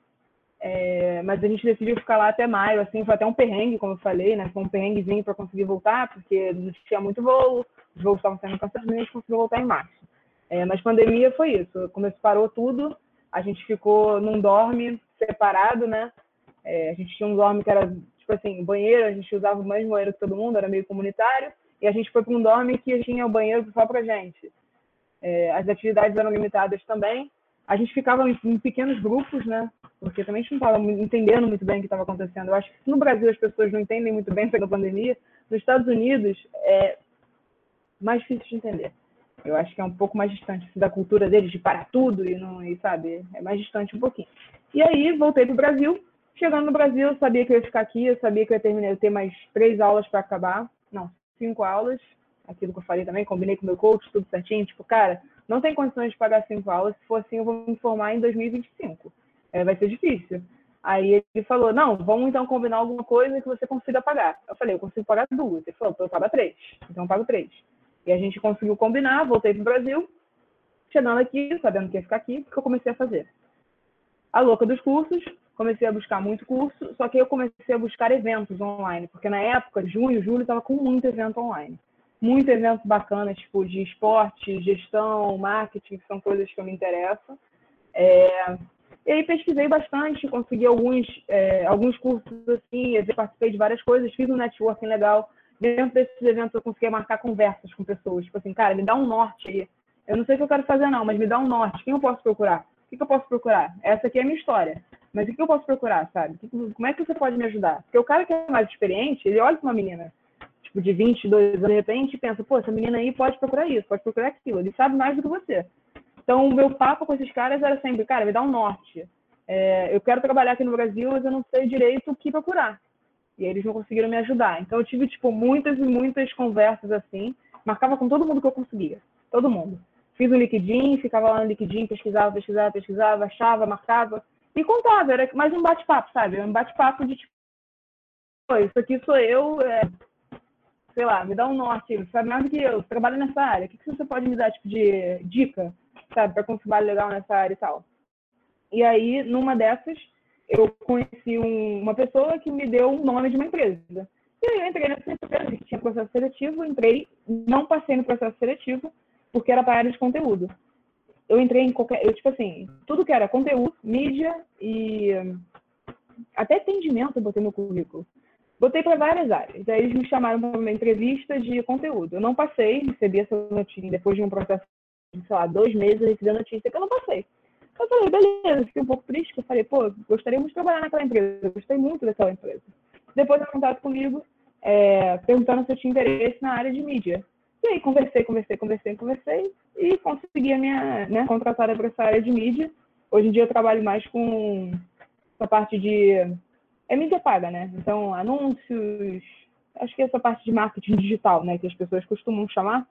é, mas a gente decidiu ficar lá até maio, assim, foi até um perrengue, como eu falei, né? Foi um perrenguezinho para conseguir voltar, porque não tinha muito voo, os voos estavam sendo cancelados, e a gente conseguiu voltar em março. É, mas pandemia foi isso, começou, parou tudo, a gente ficou num dorme separado, né? É, a gente tinha um dorme que era, tipo assim, banheiro, a gente usava o mesmo banheiro que todo mundo, era meio comunitário, e a gente foi para um dorme que tinha o banheiro só pra gente. É, as atividades eram limitadas também. A gente ficava em, em pequenos grupos, né? Porque também a gente não estava entendendo muito bem o que estava acontecendo. Eu acho que se no Brasil as pessoas não entendem muito bem sobre a pandemia, nos Estados Unidos é mais difícil de entender. Eu acho que é um pouco mais distante da cultura deles de parar tudo e não, e sabe, é mais distante um pouquinho. E aí voltei para o Brasil. Chegando no Brasil, eu sabia que eu ia ficar aqui, eu sabia que eu ia terminar, eu ter mais três aulas para acabar, não, cinco aulas. Aquilo que eu falei também, combinei com o meu coach, tudo certinho, tipo, cara, não tem condições de pagar cinco aulas, se for assim eu vou me formar em dois mil e vinte e cinco. É, vai ser difícil. Aí ele falou, não, vamos então combinar alguma coisa que você consiga pagar. Eu falei, eu consigo pagar duas. Ele falou, eu pago três. Então eu pago três. E a gente conseguiu combinar, voltei pro Brasil, chegando aqui, sabendo que ia ficar aqui, porque eu comecei a fazer a louca dos cursos, comecei a buscar muito curso, só que eu comecei a buscar eventos online, porque na época, junho, julho, estava com muito evento online. Muito evento bacana, tipo, de esporte, gestão, marketing, que são coisas que eu me interessam. É... E aí pesquisei bastante, consegui alguns, é, alguns cursos assim, participei de várias coisas, fiz um networking legal. Dentro desses eventos eu consegui marcar conversas com pessoas, tipo assim, cara, me dá um norte aí. Eu não sei o que eu quero fazer não, mas me dá um norte. Quem eu posso procurar? O que eu posso procurar? Essa aqui é a minha história. Mas o que eu posso procurar, sabe? Como é que você pode me ajudar? Porque o cara que é mais experiente, ele olha para uma menina, tipo, de vinte e dois anos, de repente, e pensa, pô, essa menina aí pode procurar isso, pode procurar aquilo. Ele sabe mais do que você. Então, o meu papo com esses caras era sempre, cara, me dá um norte. É, eu quero trabalhar aqui no Brasil, mas eu não sei direito o que procurar. E aí eles não conseguiram me ajudar. Então, eu tive, tipo, muitas e muitas conversas assim. Marcava com todo mundo que eu conseguia. Todo mundo. Fiz um LinkedIn, ficava lá no LinkedIn, pesquisava, pesquisava, pesquisava, achava, marcava. E contava. Era mais um bate-papo, sabe? Um bate-papo de, tipo, isso aqui sou eu, é, sei lá, me dá um norte. Você sabe mais do que eu, você trabalha nessa área. O que você pode me dar, tipo, de dica, sabe? Para conseguir trabalho legal nessa área e tal. E aí, numa dessas, eu conheci um, uma pessoa que me deu o nome de uma empresa. E aí eu entrei nessa empresa, que tinha processo seletivo, entrei, não passei no processo seletivo, porque era para a área de conteúdo. Eu entrei em qualquer, eu tipo assim, tudo que era conteúdo, mídia e até atendimento eu botei no currículo. Botei para várias áreas. Aí eles me chamaram para uma entrevista de conteúdo. Eu não passei, recebi essa notícia depois de um processo de, sei lá, dois meses, eu recebi a notícia que eu não passei. Eu falei, beleza, fiquei um pouco triste, porque eu falei, pô, gostaríamos de trabalhar naquela empresa, eu gostei muito daquela empresa. Depois eu contato comigo, é, perguntando se eu tinha interesse na área de mídia. E aí conversei, conversei, conversei, conversei, e consegui a minha, né, contratada para essa área de mídia. Hoje em dia eu trabalho mais com essa parte de... É mídia paga, né? Então, anúncios, acho que é essa parte de marketing digital, né, que as pessoas costumam chamar.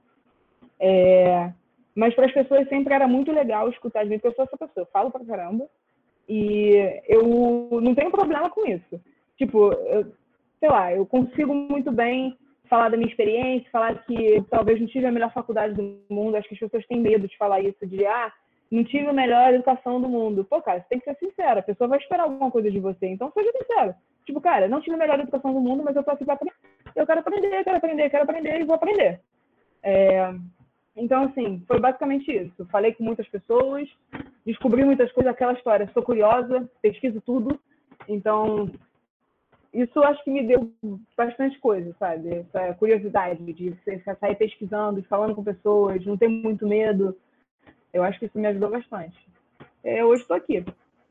É... Mas para as pessoas sempre era muito legal escutar de mim, porque eu sou essa pessoa, eu falo pra caramba, e eu não tenho problema com isso. Tipo, eu, sei lá, eu consigo muito bem falar da minha experiência, falar que talvez não tive a melhor faculdade do mundo, acho que as pessoas têm medo de falar isso, de, ah, não tive a melhor educação do mundo. Pô, cara, você tem que ser sincero, a pessoa vai esperar alguma coisa de você, então seja sincero. Tipo, cara, não tive a melhor educação do mundo, mas eu tô aqui pra aprender. Eu quero aprender, quero aprender, quero aprender e vou aprender. É... Então, assim, foi basicamente isso. Falei com muitas pessoas, descobri muitas coisas, aquela história. Sou curiosa, pesquiso tudo. Então, isso acho que me deu bastante coisa, sabe? Essa curiosidade de você sair pesquisando, falando com pessoas, não ter muito medo. Eu acho que isso me ajudou bastante. É, hoje estou aqui.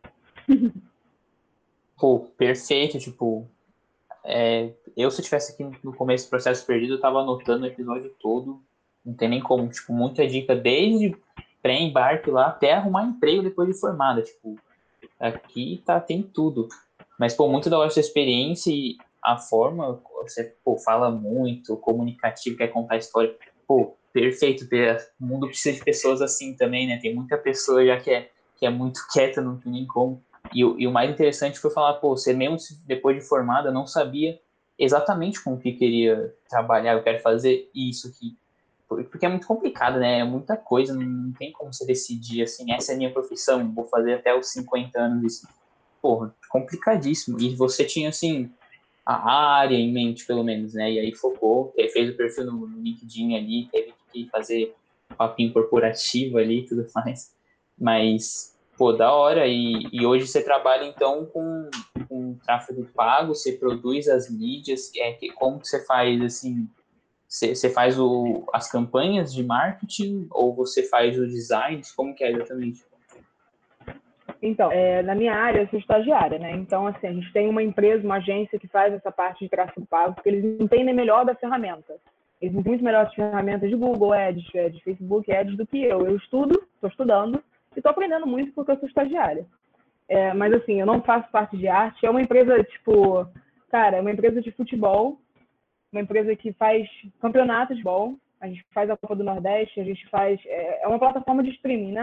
Pô, perfeito. Tipo, é, eu se eu tivesse aqui no começo do Processo Perdido, eu tava anotando o episódio todo. Não tem nem como. Tipo, muita dica desde pré-embarque lá até arrumar emprego depois de formada. Tipo, aqui tá, tem tudo. Mas, pô, muito da hora a sua experiência e a forma, você, pô, fala muito, comunicativo, quer contar a história. Pô, perfeito. O mundo precisa de pessoas assim também, né? Tem muita pessoa já que é, que é muito quieta, não tem nem como. E, o- e o mais interessante foi falar, pô, você mesmo depois de formada não sabia exatamente com o que queria trabalhar, eu quero fazer isso aqui. Porque é muito complicado, né? É muita coisa, não tem como você decidir assim, essa é a minha profissão, vou fazer até os cinquenta anos isso. Porra, complicadíssimo. E você tinha, assim, a área em mente, pelo menos, né? E aí focou, fez o perfil no, no LinkedIn ali, teve que fazer papinho corporativo ali e tudo mais. Mas, pô, da hora. E, e hoje você trabalha, então, com, com tráfego pago, você produz as mídias, é, que, como que você faz, assim, você, você faz o, as campanhas de marketing ou você faz o design? Como que é exatamente? Então, é, na minha área, eu sou estagiária, né? Então, assim, a gente tem uma empresa, uma agência que faz essa parte de tráfego pago, porque eles entendem melhor da ferramenta. Eles entendem muito melhor as ferramentas de Google Ads, de Facebook Ads do que eu. Eu estudo, estou estudando e estou aprendendo muito porque eu sou estagiária. É, mas, assim, eu não faço parte de arte. É uma empresa, tipo, cara, é uma empresa de futebol, uma empresa que faz campeonato de futebol. A gente faz a Copa do Nordeste, a gente faz... É, é uma plataforma de streaming, né?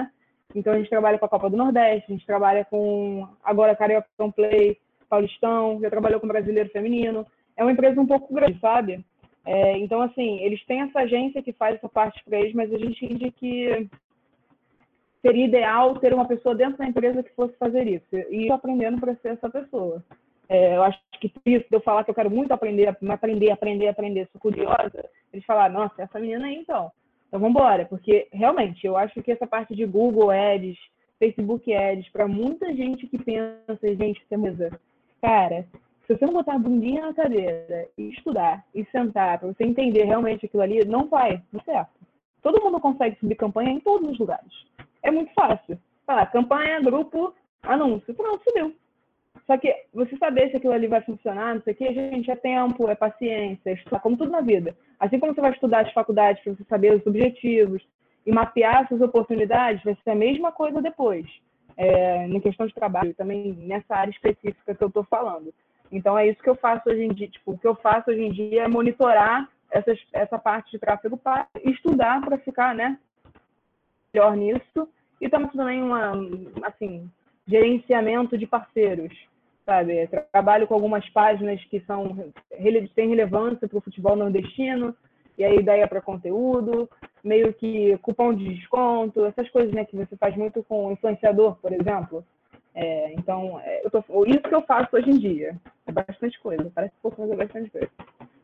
Então a gente trabalha com a Copa do Nordeste, a gente trabalha com agora Carioca Play, Paulistão, já trabalhou com o Brasileiro Feminino. É uma empresa um pouco grande, sabe? É, então, assim, eles têm essa agência que faz essa parte para eles, mas a gente entende que seria ideal ter uma pessoa dentro da empresa que fosse fazer isso. E eu aprendendo para ser essa pessoa. É, eu acho que por isso, de eu falar que eu quero muito aprender, aprender, aprender, aprender, sou curiosa, eles falaram, nossa, essa menina aí então. Então vamos embora, porque realmente eu acho que essa parte de Google Ads, Facebook Ads, para muita gente que pensa, gente, que é cara, se você não botar a bundinha na cadeira e estudar e sentar para você entender realmente aquilo ali, não vai, não certo. Todo mundo consegue subir campanha em todos os lugares. É muito fácil. Falar, campanha, grupo, anúncio, pronto, subiu. Só que você saber se aquilo ali vai funcionar, não sei o que, gente, é tempo, é paciência, é estudar, como tudo na vida. Assim como você vai estudar as faculdades para você saber os objetivos e mapear suas oportunidades, vai ser a mesma coisa depois. É, na questão de trabalho, também nessa área específica que eu estou falando. Então, é isso que eu faço hoje em dia. Tipo, o que eu faço hoje em dia é monitorar essas, essa parte de tráfego pago, estudar para ficar, né, melhor nisso. E também uma, assim, gerenciamento de parceiros, sabe? Trabalho com algumas páginas que são, têm relevância para o futebol nordestino, e aí ideia para conteúdo, meio que cupom de desconto, essas coisas, né, que você faz muito com influenciador, por exemplo. É, então, é, eu tô, isso que eu faço hoje em dia. É bastante coisa, parece pouco, mas é bastante coisa.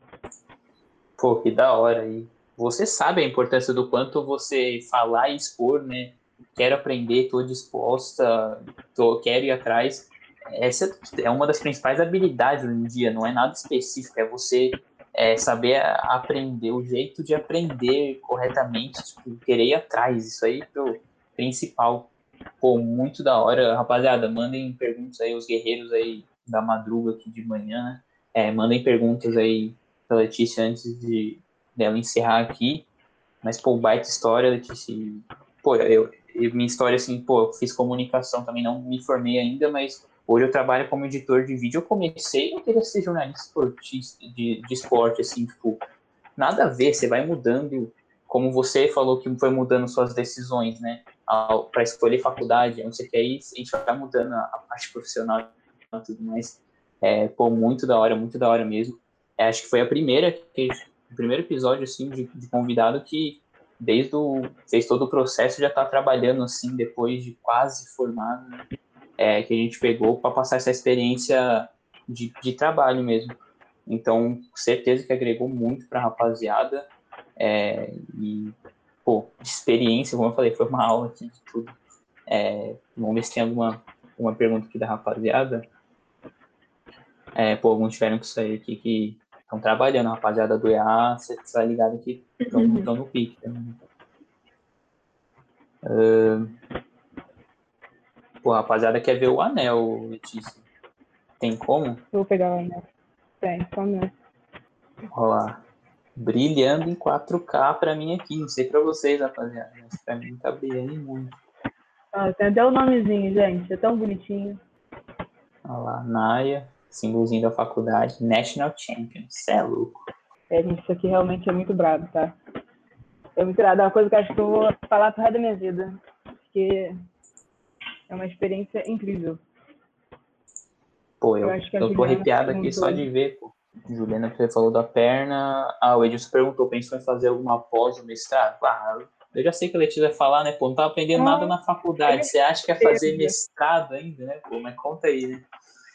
Pô, que da hora. E você sabe a importância do quanto você falar e expor, né? Quero aprender, tô disposta, tô, quero ir atrás. Essa é uma das principais habilidades hoje em dia, não é nada específico, é você é, saber aprender, o jeito de aprender corretamente, tipo, querer ir atrás, isso aí é o principal. Pô, muito da hora. Rapaziada, mandem perguntas aí, os guerreiros aí da madruga aqui de manhã, né? É, mandem perguntas aí pra Letícia antes de dela encerrar aqui. Mas, pô, baita história, Letícia. Pô, eu, eu, minha história, assim, pô, eu fiz comunicação também, não me formei ainda, mas hoje eu trabalho como editor de vídeo. Eu comecei, eu queria ser jornalista esportista, de, de esporte, assim, tipo, nada a ver, você vai mudando, como você falou que foi mudando suas decisões, né, para escolher faculdade, onde você quer ir, a gente vai mudando a, a parte profissional e tudo mais. É, pô, muito da hora, muito da hora mesmo. É, acho que foi a primeira, que, o primeiro episódio, assim, de, de convidado que desde o, fez todo o processo, já está trabalhando, assim, depois de quase formado, né, é, que a gente pegou para passar essa experiência de, de trabalho mesmo. Então, certeza que agregou muito para a rapaziada. É, e, pô, de experiência, como eu falei, foi uma aula aqui de tudo. É, vamos ver se tem alguma uma pergunta aqui da rapaziada. É, pô, alguns tiveram que sair aqui que estão trabalhando, a rapaziada do E A, você está ligado que estão uhum. no pique também. Uh, pô, a rapaziada quer ver o anel, Letícia. Tem como? Vou pegar o anel. Tem, só mesmo. Olha lá. Brilhando em quatro K pra mim aqui. Não sei pra vocês, rapaziada, mas pra mim tá brilhando muito. Ah, tem até o nomezinho, gente. É tão bonitinho. Olha lá, Naya, símbolozinho da faculdade, National Champion. Isso é louco. É, gente, isso aqui realmente é muito brabo, tá? É muito brabo. É uma coisa que eu acho que eu vou falar pro resto da minha vida. Porque é uma experiência incrível. Pô, eu, eu, eu tô arrepiado aqui só de ver, pô. Juliana, você falou da perna. Ah, o Edilson perguntou, pensou em fazer alguma pós ou mestrado? Ah, eu já sei que a Letícia vai falar, né, pô, não tava aprendendo nada na faculdade. Você acha que é fazer mestrado ainda, né, pô? Mas conta aí, né?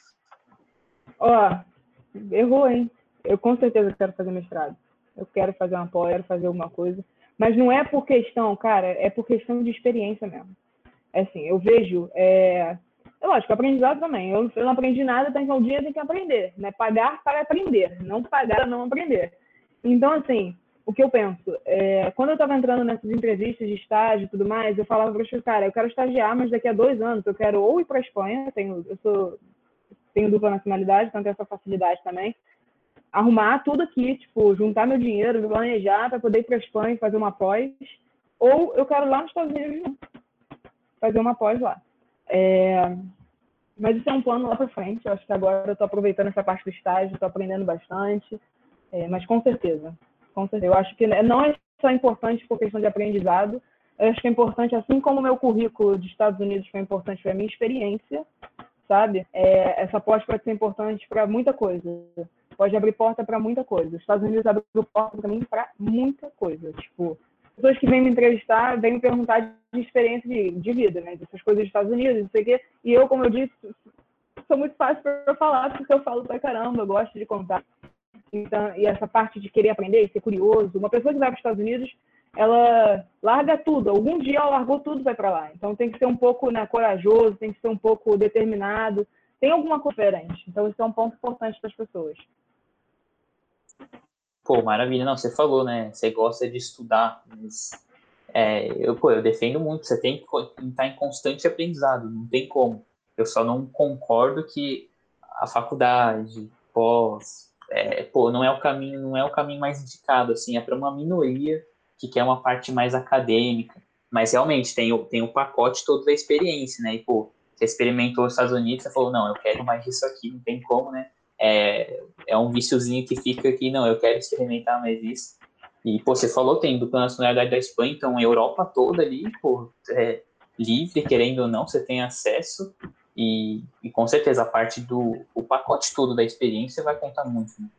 Ó, errou, hein? Eu com certeza quero fazer mestrado. Eu quero fazer uma pós, quero fazer alguma coisa. Mas não é por questão, cara, é por questão de experiência mesmo. É assim, eu vejo... É... É lógico, aprendizado também. Eu, eu não aprendi nada, tem que um dia tem que aprender, né? Pagar para aprender, não pagar para não aprender. Então, assim, o que eu penso, é, quando eu estava entrando nessas entrevistas de estágio e tudo mais, eu falava para os caras, eu quero estagiar, mas daqui a dois anos eu quero ou ir para a Espanha, eu tenho, eu sou, tenho dupla nacionalidade, então tenho essa facilidade também, arrumar tudo aqui, tipo, juntar meu dinheiro, me planejar para poder ir para a Espanha e fazer uma pós, ou eu quero ir lá nos Estados Unidos fazer uma pós lá. É, mas isso é um plano lá para frente. Eu acho que agora eu estou aproveitando essa parte do estágio, estou aprendendo bastante. É, mas com certeza, com certeza. Eu acho que não é só importante por questão de aprendizado, Eu acho que é importante, assim como o meu currículo dos Estados Unidos foi importante para a minha experiência, sabe? É, essa pós pode ser importante para muita coisa. Pode abrir porta para muita coisa. Os Estados Unidos abriu porta para mim para muita coisa. Tipo, pessoas que vêm me entrevistar, vêm me perguntar de experiência de, de vida, né? Dessas coisas dos Estados Unidos, não sei o quê. E eu, como eu disse, sou muito fácil para eu falar, porque eu falo pra caramba, eu gosto de contar. Então, e essa parte de querer aprender, ser curioso. Uma pessoa que vai para os Estados Unidos, ela larga tudo. Algum dia ela largou tudo, vai para lá. Então tem que ser um pouco, né, corajoso, tem que ser um pouco determinado. Tem alguma coisa diferente. Então isso é um ponto importante para as pessoas. Pô, maravilha. Não, você falou, né? Você gosta de estudar, mas é, eu, pô, eu defendo muito. Você tem que estar em constante aprendizado, não tem como. Eu só não concordo que a faculdade, pós, é, pô, não é o caminho, não é o caminho mais indicado, assim, é para uma minoria que quer uma parte mais acadêmica. Mas realmente tem o, tem o pacote todo da experiência, né? E, pô, você experimentou os Estados Unidos, você falou, não, eu quero mais disso aqui, não tem como, né? É, é um viciozinho que fica aqui, não, eu quero experimentar mais isso. E, pô, você falou, tem dupla nacionalidade da Espanha, então a Europa toda ali, pô, é livre, querendo ou não, você tem acesso e, e com certeza a parte do o pacote todo da experiência vai contar muito, né?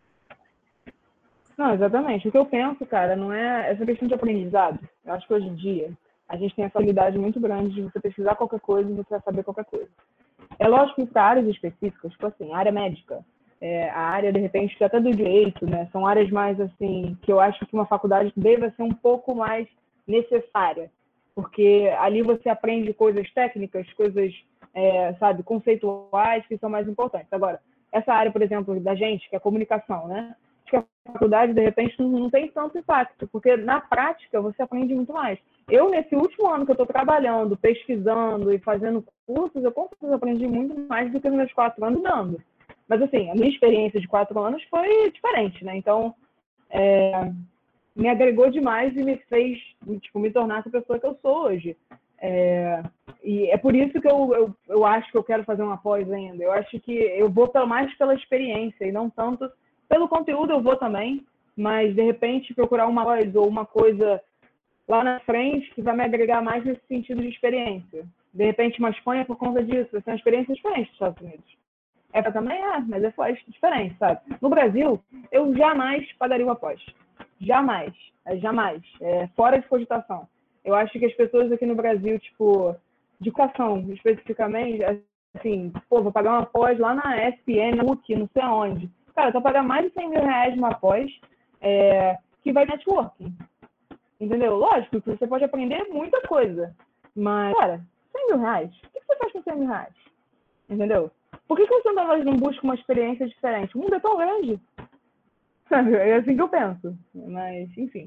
Não, exatamente. O que eu penso, cara, não é essa questão de aprendizado. Eu acho que hoje em dia a gente tem essa habilidade muito grande de você pesquisar qualquer coisa e você vai saber qualquer coisa. É lógico que para áreas específicas, tipo assim, a área médica, é, a área, de repente, até do direito, né? São áreas mais, assim, que eu acho que uma faculdade deve ser um pouco mais necessária. Porque ali você aprende coisas técnicas, coisas, é, sabe, conceituais que são mais importantes. Agora, essa área, por exemplo, da gente, que é comunicação, né? Acho que a faculdade, de repente, não tem tanto impacto, porque na prática você aprende muito mais. Eu, nesse último ano que eu estou trabalhando, pesquisando e fazendo cursos, eu com certeza aprendi muito mais do que nos meus quatro anos dando. Mas, assim, a minha experiência de quatro anos foi diferente, né? Então, é, me agregou demais e me fez, tipo, me tornar essa pessoa que eu sou hoje. É, e é por isso que eu, eu, eu acho que eu quero fazer uma pós ainda. Eu acho que eu vou pelo mais pela experiência e não tanto pelo conteúdo. Eu vou também, mas de repente procurar uma pós ou uma coisa lá na frente que vai me agregar mais nesse sentido de experiência. De repente uma Espanha por conta disso, vai ser uma experiência diferente dos Estados Unidos. É para também, é, mas é pós diferente, sabe? No Brasil, eu jamais pagaria uma pós. Jamais. É, jamais. É, fora de cogitação. Eu acho que as pessoas aqui no Brasil, tipo, de educação especificamente, assim, pô, vou pagar uma pós lá na S P M, na U C, não sei aonde. Cara, eu vou pagar mais de cem mil reais uma pós é, que vai networking. Entendeu? Lógico que você pode aprender muita coisa. Mas, cara, cem mil reais? O que você faz com cem mil reais? Entendeu? Por que, que você não busca uma experiência diferente? O mundo é tão grande. Sabe? É assim que eu penso. Mas, enfim.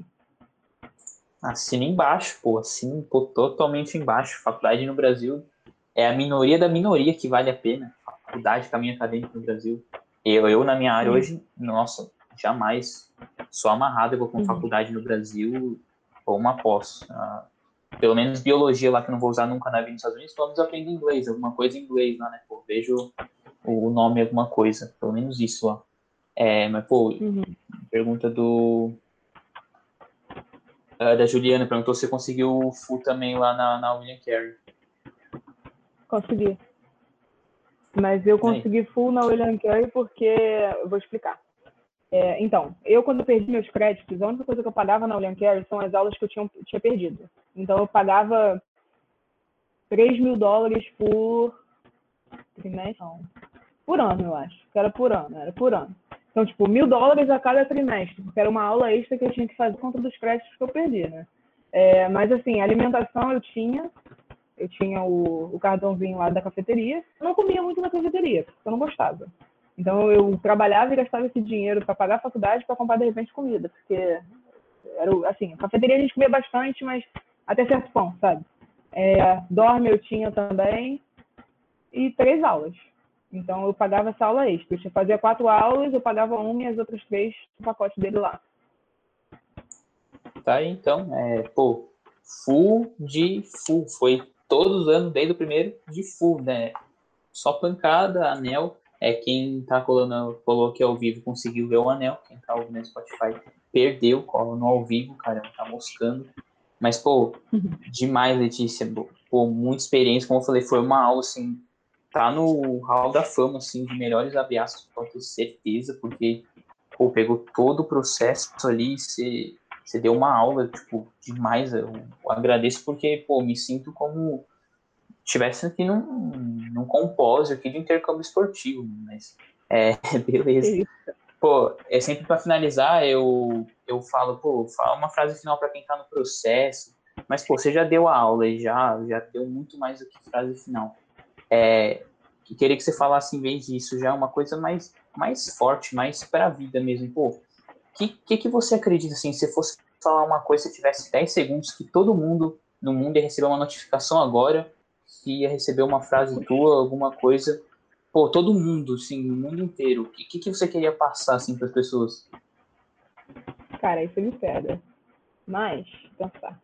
Assina embaixo, pô, assina pô, totalmente embaixo. Faculdade no Brasil é a minoria da minoria que vale a pena. Faculdade, caminho acadêmico no Brasil. Eu, eu na minha área Sim. hoje, nossa, jamais sou amarrado eu vou com Uhum. faculdade no Brasil ou uma pós. Ah, pelo menos biologia lá que eu não vou usar nunca na vida nos Estados Unidos, pelo menos eu aprendo inglês, alguma coisa em inglês lá, né? Pô, vejo o nome alguma coisa, pelo menos isso lá. É, mas, pô, Uhum. pergunta do uh, da Juliana, perguntou se você conseguiu o full também lá na, na William Carey. Consegui. Mas eu Aí. consegui full na William Carey porque... Eu vou explicar. É, então, eu quando eu perdi meus créditos, a única coisa que eu pagava na William Carey são as aulas que eu tinha, tinha perdido. Então eu pagava três mil dólares por trimestre, não. Por ano, eu acho. Que era por ano, era por ano. Então, tipo, mil dólares a cada trimestre, porque era uma aula extra que eu tinha que fazer contra dos créditos que eu perdi, né? É, mas, assim, alimentação eu tinha, eu tinha o, o cartãozinho lá da cafeteria. Eu não comia muito na cafeteria, porque eu não gostava. Então, eu trabalhava e gastava esse dinheiro para pagar a faculdade para comprar, de repente, comida, porque, era assim, a cafeteria a gente comia bastante, mas até certo ponto, sabe? É, dorme eu tinha também e três aulas. Então, eu pagava essa aula extra. Eu fazia quatro aulas, eu pagava uma e as outras três no pacote dele lá. Tá aí, então. É, pô, full de full. Foi todos os anos, desde o primeiro, de full, né? Só pancada, anel. É, quem tá colando, colou aqui ao vivo conseguiu ver o anel. Quem tá ouvindo no Spotify perdeu, cola no ao vivo, cara, tá moscando. Mas, pô, demais, Letícia. Pô, muita experiência, como eu falei, foi uma aula, assim, tá no hall da fama, assim, de melhores abre aspas, pode ter certeza, porque, pô, pegou todo o processo ali, você, você deu uma aula, tipo, demais. Eu, eu agradeço porque, pô, me sinto como tivesse aqui num, num compósio aqui de intercâmbio esportivo, mas, é, beleza. Pô, é sempre para finalizar, eu, eu falo, pô, fala uma frase final para quem tá no processo, mas, pô, você já deu a aula e já, já deu muito mais do que frase final. É, que queria que você falasse, em vez disso, já uma coisa mais, mais forte, mais para a vida mesmo. Pô, o que, que, que você acredita, assim, se fosse falar uma coisa, se tivesse dez segundos, que todo mundo no mundo ia receber uma notificação agora, que ia receber uma frase tua, alguma coisa, pô, todo mundo, assim, no mundo inteiro, o que, que você queria passar, assim, para as pessoas? Cara, isso me pega. Mas, pensar.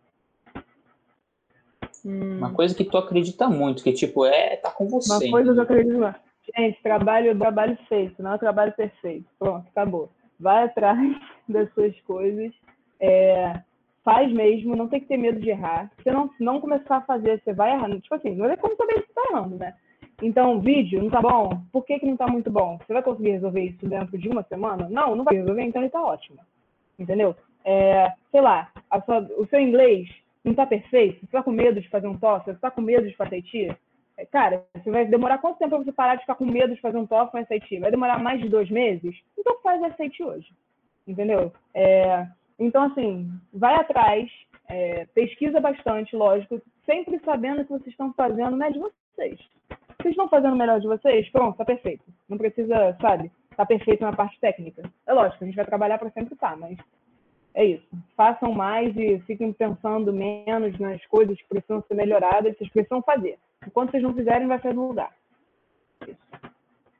Uma Hum, coisa que tu acredita muito, que, tipo, é, tá com uma você, coisa que eu entendeu? acredito lá. Gente, trabalho, trabalho feito, não é trabalho perfeito. Pronto, acabou. Vai atrás das suas coisas. É, faz mesmo, não tem que ter medo de errar. Se não, não começar a fazer, você vai errando. Tipo assim, não é como saber se você tá errando, né? Então, vídeo não tá bom? Por que que não tá muito bom? Você vai conseguir resolver isso dentro de uma semana? Não, não vai resolver, então ele tá ótimo. Entendeu? É, sei lá, a sua, o seu inglês não tá perfeito? Você tá com medo de fazer um TOEFL? Você tá com medo de fazer I T? É, cara, você vai demorar quanto tempo para você parar de ficar com medo de fazer um TOEFL ou S A T? Vai demorar mais de dois meses? Então faz S A T hoje. Entendeu? É, então, assim, vai atrás, é, pesquisa bastante, lógico, sempre sabendo que vocês estão fazendo o melhor de vocês. Vocês estão fazendo o melhor de vocês? Pronto, tá perfeito. Não precisa, sabe, tá perfeito na parte técnica. É lógico, a gente vai trabalhar para sempre estar, mas é isso. Façam mais e fiquem pensando menos nas coisas que precisam ser melhoradas, vocês precisam fazer. Enquanto vocês não fizerem, vai sair do lugar. Isso.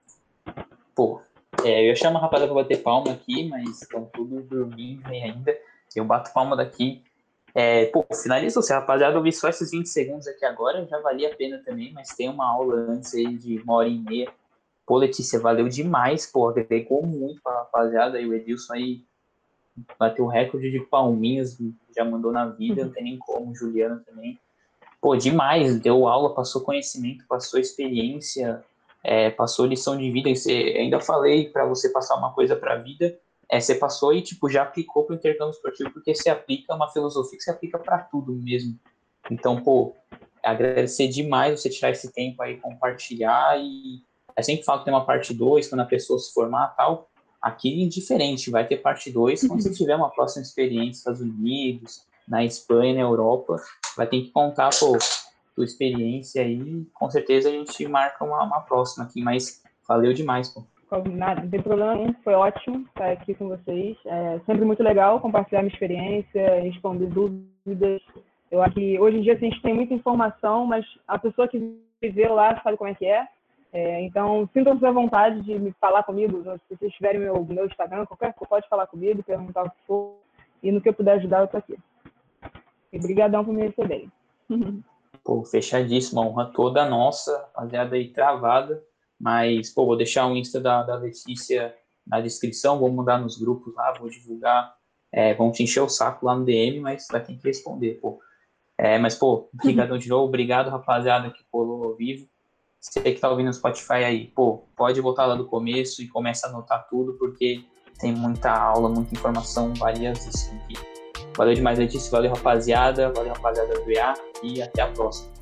Pô, é, eu ia chamar a rapaziada pra bater palma aqui, mas estão tudo dormindo ainda. Eu bato palma daqui. É, pô, finalizou. Se a rapaziada ouvir só esses vinte segundos aqui agora, já valia a pena também, mas tem uma aula antes aí de uma hora e meia. Pô, Letícia, valeu demais, pô, agregou muito pra rapaziada. E o Edilson aí bateu o recorde de palminhas, já mandou na vida, não tem nem como. O Juliano também. Pô, demais, deu aula, passou conhecimento, passou experiência, é, passou lição de vida. E você, ainda falei para você passar uma coisa para a vida, é, você passou e tipo já aplicou para o intercâmbio esportivo, porque você aplica uma filosofia que você aplica para tudo mesmo. Então, pô, agradecer demais você tirar esse tempo aí, compartilhar. E é sempre falo que tem uma parte dois quando a pessoa se formar e tal. Aqui é diferente, vai ter parte dois quando você tiver uma próxima experiência nos Estados Unidos, na Espanha, na Europa, vai ter que contar, pô, tua experiência aí, com certeza a gente marca uma, uma próxima aqui, mas valeu demais, pô. Nada, não tem problema nenhum, foi ótimo estar aqui com vocês. É sempre muito legal compartilhar minha experiência, responder dúvidas. Eu acho que hoje em dia a gente tem muita informação, mas a pessoa que viveu lá sabe como é que é. É, então, sintam-se à vontade de me falar comigo. Se vocês tiverem meu, meu Instagram, qualquer coisa, pode falar comigo, perguntar o que for. E no que eu puder ajudar, eu estou aqui. E brigadão por me receberem. Pô, fechadíssimo, a honra toda nossa, rapaziada aí travada. Mas, pô, vou deixar o Insta da, da Letícia na descrição, vou mandar nos grupos lá, vou divulgar. É, vão te encher o saco lá no D M, mas vai ter que responder, pô. É, mas, pô, brigadão de novo, obrigado, rapaziada, que colou ao vivo. Você que tá ouvindo no Spotify aí, pô, pode voltar lá do começo e começa a anotar tudo, porque tem muita aula, muita informação valiosíssima aqui. Valeu demais, Letícia, valeu, rapaziada, valeu, rapaziada do E A, e até a próxima.